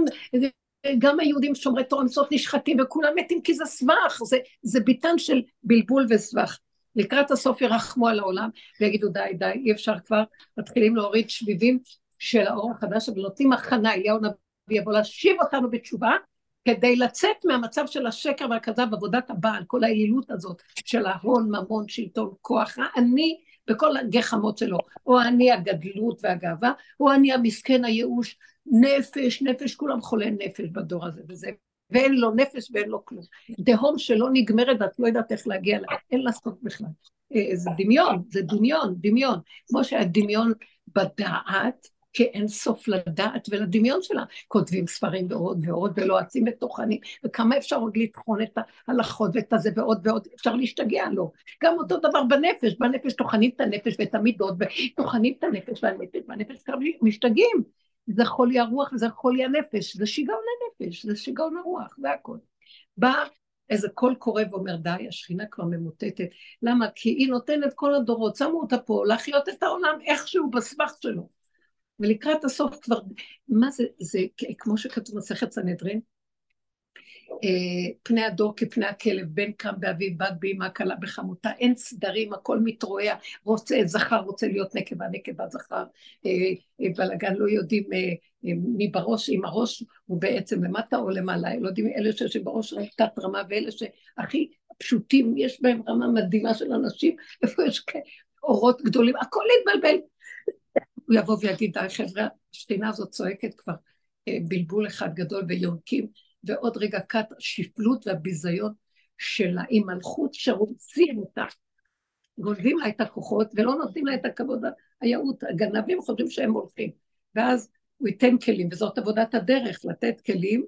גם היהודים שומרי תורה מצוות נשחטים, וכולם מתים כי זה סבך, זה, זה ביטן של בלבול וסבך. לקראת הסוף ירחמו על העולם, ויגידו די די, אי אפשר כבר, מתחילים להוריד שביבים של האור החדש, ונותנים הכנה, אליהו נביא יבוא להשיב אותנו בתשובה, כדי לצאת מהמצב של השקר והכזב, עבודת הבעל, כל האלילות הזאת, של ההון, ממון, שלטון, כוח, אני בכל הגחמות שלו, או אני הגדלות והגאווה, או אני המסכן הייאוש, נפש, נפש, כולם חולי נפש בדור הזה, וזה, ואין לו נפש ואין לו כלום. דהום שלא נגמרת, את לא יודעת איך להגיע לה, אין לה סוף בכלל. זה דמיון, זה דמיון, דמיון. כמו שהדמיון בדעת, כי אין סוף לדעת ולדמיון שלה. כותבים ספרים ועוד ועוד, ולועצים וטוחנים, וכמה אפשר עוד לטחון את ההלכות ואת הזה ועוד ועוד, אפשר להשתגע לו. גם אותו דבר בנפש, בנפש טוחנים את הנפש ואת המידות, וטוחנים את הנפש והנפש, והנפש משתגעים. זה חולי הרוח וזה חולי הנפש, זה שיגעון הנפש, זה שיגעון הרוח, זה הכל. בא איזה קול קורא ואומר, די, השכינה כבר ממוטטת. למה? כי היא נותנת כל הדורות, שמו אותה פה, להחיות את העולם איכשהו בסבך שלו. ולקראת הסוף כבר, מה זה, זה כמו שכתוב מסכת סנהדרין, פני הדור כפני הכלב, בן קם באביו, בת באמא, כלה בחמותה, אין סדרים, הכל מתרועע, רוצה זכר, רוצה להיות נקבה, נקבה זכר, בלגן לא יודעים מי בראש, אם הראש הוא בעצם למטה או למעלה, לא יודעים אלה שבראש תת רמה, ואלה שהכי פשוטים, יש בהם רמה מדהימה של אנשים, איפה יש אורות גדולים, הכל להתבלבל. הוא יבוא ויגיד, די חבר'ה, השכינה הזאת צועקת כבר בלבול אחד גדול ויונקים, ועוד רגע קט השפלות והביזיון שלה, עם מלכות שרוצים אותה, גונבים לה את הכוחות ולא נותנים לה את הכבוד היהוד, הגנבים חושבים שהם הולכים, ואז הוא ייתן כלים, וזאת עבודת הדרך, לתת כלים,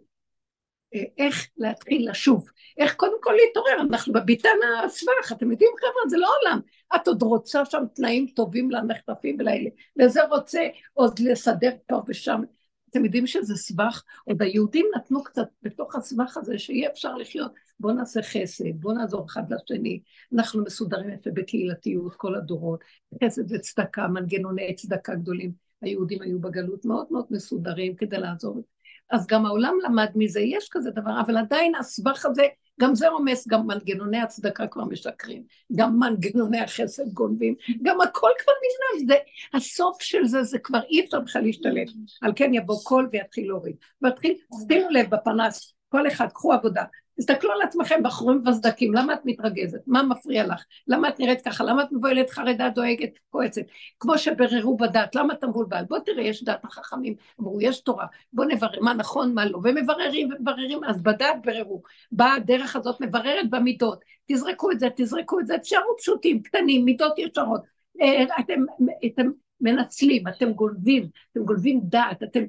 איך להתחיל לשוב, איך קודם כל להתעורר, אנחנו בביתן הסבך, אתם יודעים חבר'ה, זה לא עולם, את עוד רוצה שם תנאים טובים למחטפים ולאלה, וזה רוצה עוד לסדר פה ושם, אתם יודעים שזה סבך, עוד היהודים נתנו קצת בתוך הסבך הזה, שיהיה אפשר לחיות, בוא נעשה חסד, בוא נעזור אחד לשני, אנחנו מסודרים יפה בקהילתיות, כל הדורות, חסד וצדקה, מנגנוני צדקה גדולים, היהודים היו בגלות מאוד מאוד מסודרים כדי לעזור, אז גם העולם למד מזה, יש כזה דבר, אבל עדיין הסבך הזה, גם זה רומס, גם מנגנוני הצדקה כבר משקרים, גם מנגנוני החסד גונבים, גם הכל כבר נבנה, זה, הסוף של זה, זה כבר אי אפשר בכלל להשתלט, על כן יבוא קול ויתחיל להוריד, והתחיל, שימו לב בפנס, כל אחד, קחו עבודה, תסתכלו על עצמכם בחורים וסדקים, למה את מתרגזת? מה מפריע לך? למה את נראית ככה? למה את מבוהלת חרדה, דואגת, כועצת? כמו שבררו בדעת, למה אתה מבולבל? בוא תראה, יש דעת החכמים, אמרו, יש תורה, בוא נברר מה נכון, מה לא, ומבררים ומבררים, אז בדעת בררו, באה הדרך הזאת מבררת במידות, תזרקו את זה, תזרקו את זה, תשארו פשוטים, קטנים, מידות ישרות, אתם, אתם מנצלים, אתם גולבים, אתם גולבים דעת, אתם,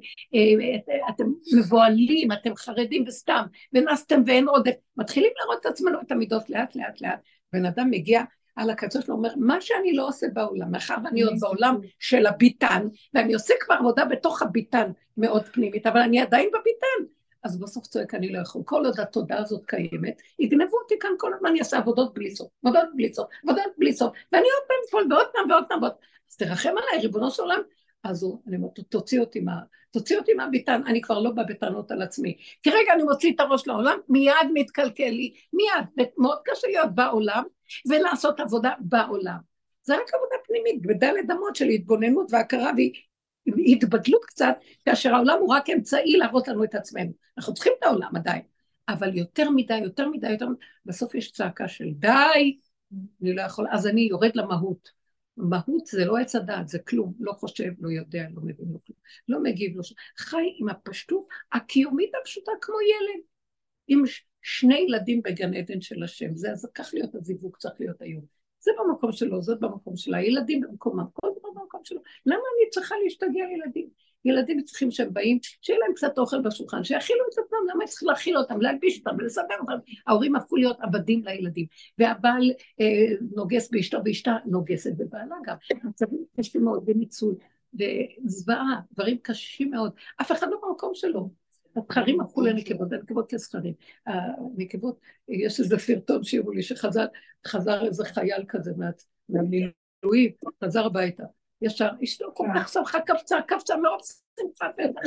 אתם מבועלים, אתם חרדים וסתם, ונסתם ואין עודף, מתחילים לראות את עצמנו את המידות לאט לאט לאט, בן אדם מגיע על הקצה שלו, אומר, מה שאני לא עושה בעולם, מאחר ואני עוד בעולם של הביטן, ואני עושה כבר עבודה בתוך הביטן מאוד פנימית, אבל אני עדיין בביטן, אז בסוף צועק אני לא יכול, כל עוד התודעה הזאת קיימת, יגנבו אותי כאן כל הזמן, אני אעשה עבודות בלי סוף, עבודות בלי סוף, עבודות בלי סוף, ואני עוד פעם פועל ועוד פעם ועוד פעם, אז תרחם עליי, ריבונו של עולם, אז הוא, אני אומרת, תוציא אותי מה, תוציא אותי מהביטן, אני כבר לא בא בטענות על עצמי, כי רגע אני מוציא את הראש לעולם, מיד מתקלקל לי, מיד, מאוד קשה להיות בעולם, ולעשות עבודה בעולם, זה רק עבודה פנימית, בדלת אמות של התבוננות והכרה, והתבדלות קצת, כאשר העולם הוא רק אמצעי להראות לנו את עצמנו, אנחנו צריכים את העולם עדיין, אבל יותר מדי, יותר מדי, יותר מדי, בסוף יש צעקה של די, אני לא יכול, אז אני יורד למהות, מהות זה לא עץ הדעת, זה כלום, לא חושב, לא יודע, לא מבין, לא כלום, לא מגיב, לא ש... חי עם הפשטות הקיומית הפשוטה כמו ילד, עם שני ילדים בגן עדן של השם, זה אז כך להיות הזיווג, צריך להיות היום, זה במקום שלו, זאת במקום שלה, ילדים במקומם, כל דבר במקום שלו, למה אני צריכה להשתגע ילדים? ילדים צריכים שהם באים, שיהיה להם קצת אוכל בשולחן, שיאכילו את עצמם, למה צריך להכיל אותם, להלביש אותם, ולסדר אותם, ההורים הפכו להיות עבדים לילדים, והבעל אה, נוגס באשתו, ואשתה נוגסת בבעלה גם, מצבים קשים מאוד בניצול, וזוועה, דברים קשים מאוד, אף אחד לא במקום שלו, הזכרים הפכו לנקבות, הנקבות לזכרים, הנקבות, יש איזה סרטון שיראו לי שחזר, חזר איזה חייל כזה מהמילואים, חזר הביתה, ישר, אשתו כל כך שמחה, קפצה, קפצה מאוד שמחה,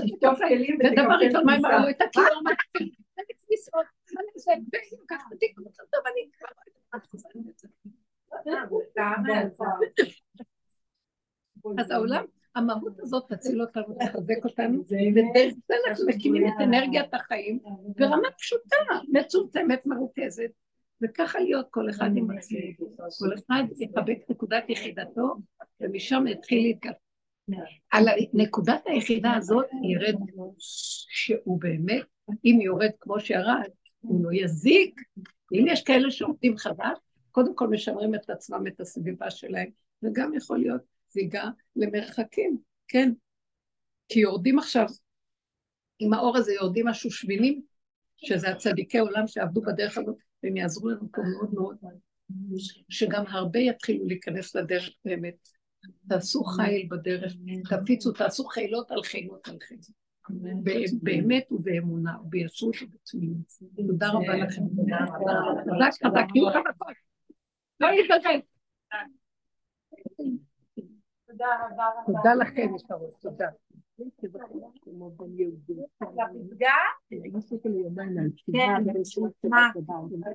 ודבר ראשון, מה אמרה לו את הכיור, מה נקביסות, מה נעשה, וכך תקבוצה טוב, אני כבר אז העולם, המהות הזאת תציל אותנו, תחזק אותנו, ודרך זה אנחנו מקימים את אנרגיית החיים, ברמה פשוטה, מצומצמת, מרוכזת, וככה להיות כל אחד עם עצמו, כל אחד יחבק נקודת יחידתו, ומשם יתחיל להתגלגל. על נקודת היחידה הזאת ירד שהוא באמת, אם יורד כמו שירד, הוא לא יזיק, אם יש כאלה שעובדים חדש, קודם כל משמרים את עצמם, את הסביבה שלהם, וגם יכול להיות זיגה למרחקים, כן? כי יורדים עכשיו, עם האור הזה יורדים השושבינים, שזה הצדיקי עולם שעבדו בדרך הזאת, והם יעזרו לנו פה מאוד מאוד, שגם הרבה יתחילו להיכנס לדרך באמת, תעשו חיל בדרך, תפיצו, תעשו חילות על חילות על חילות. באמת ובאמונה, ובישרות ובתמימות. תודה רבה לכם. תודה חזק, יהיו חזקות. לא להתבלבל. תודה רבה. תודה לכם, ישרות, תודה. לפסגה? כן, מה?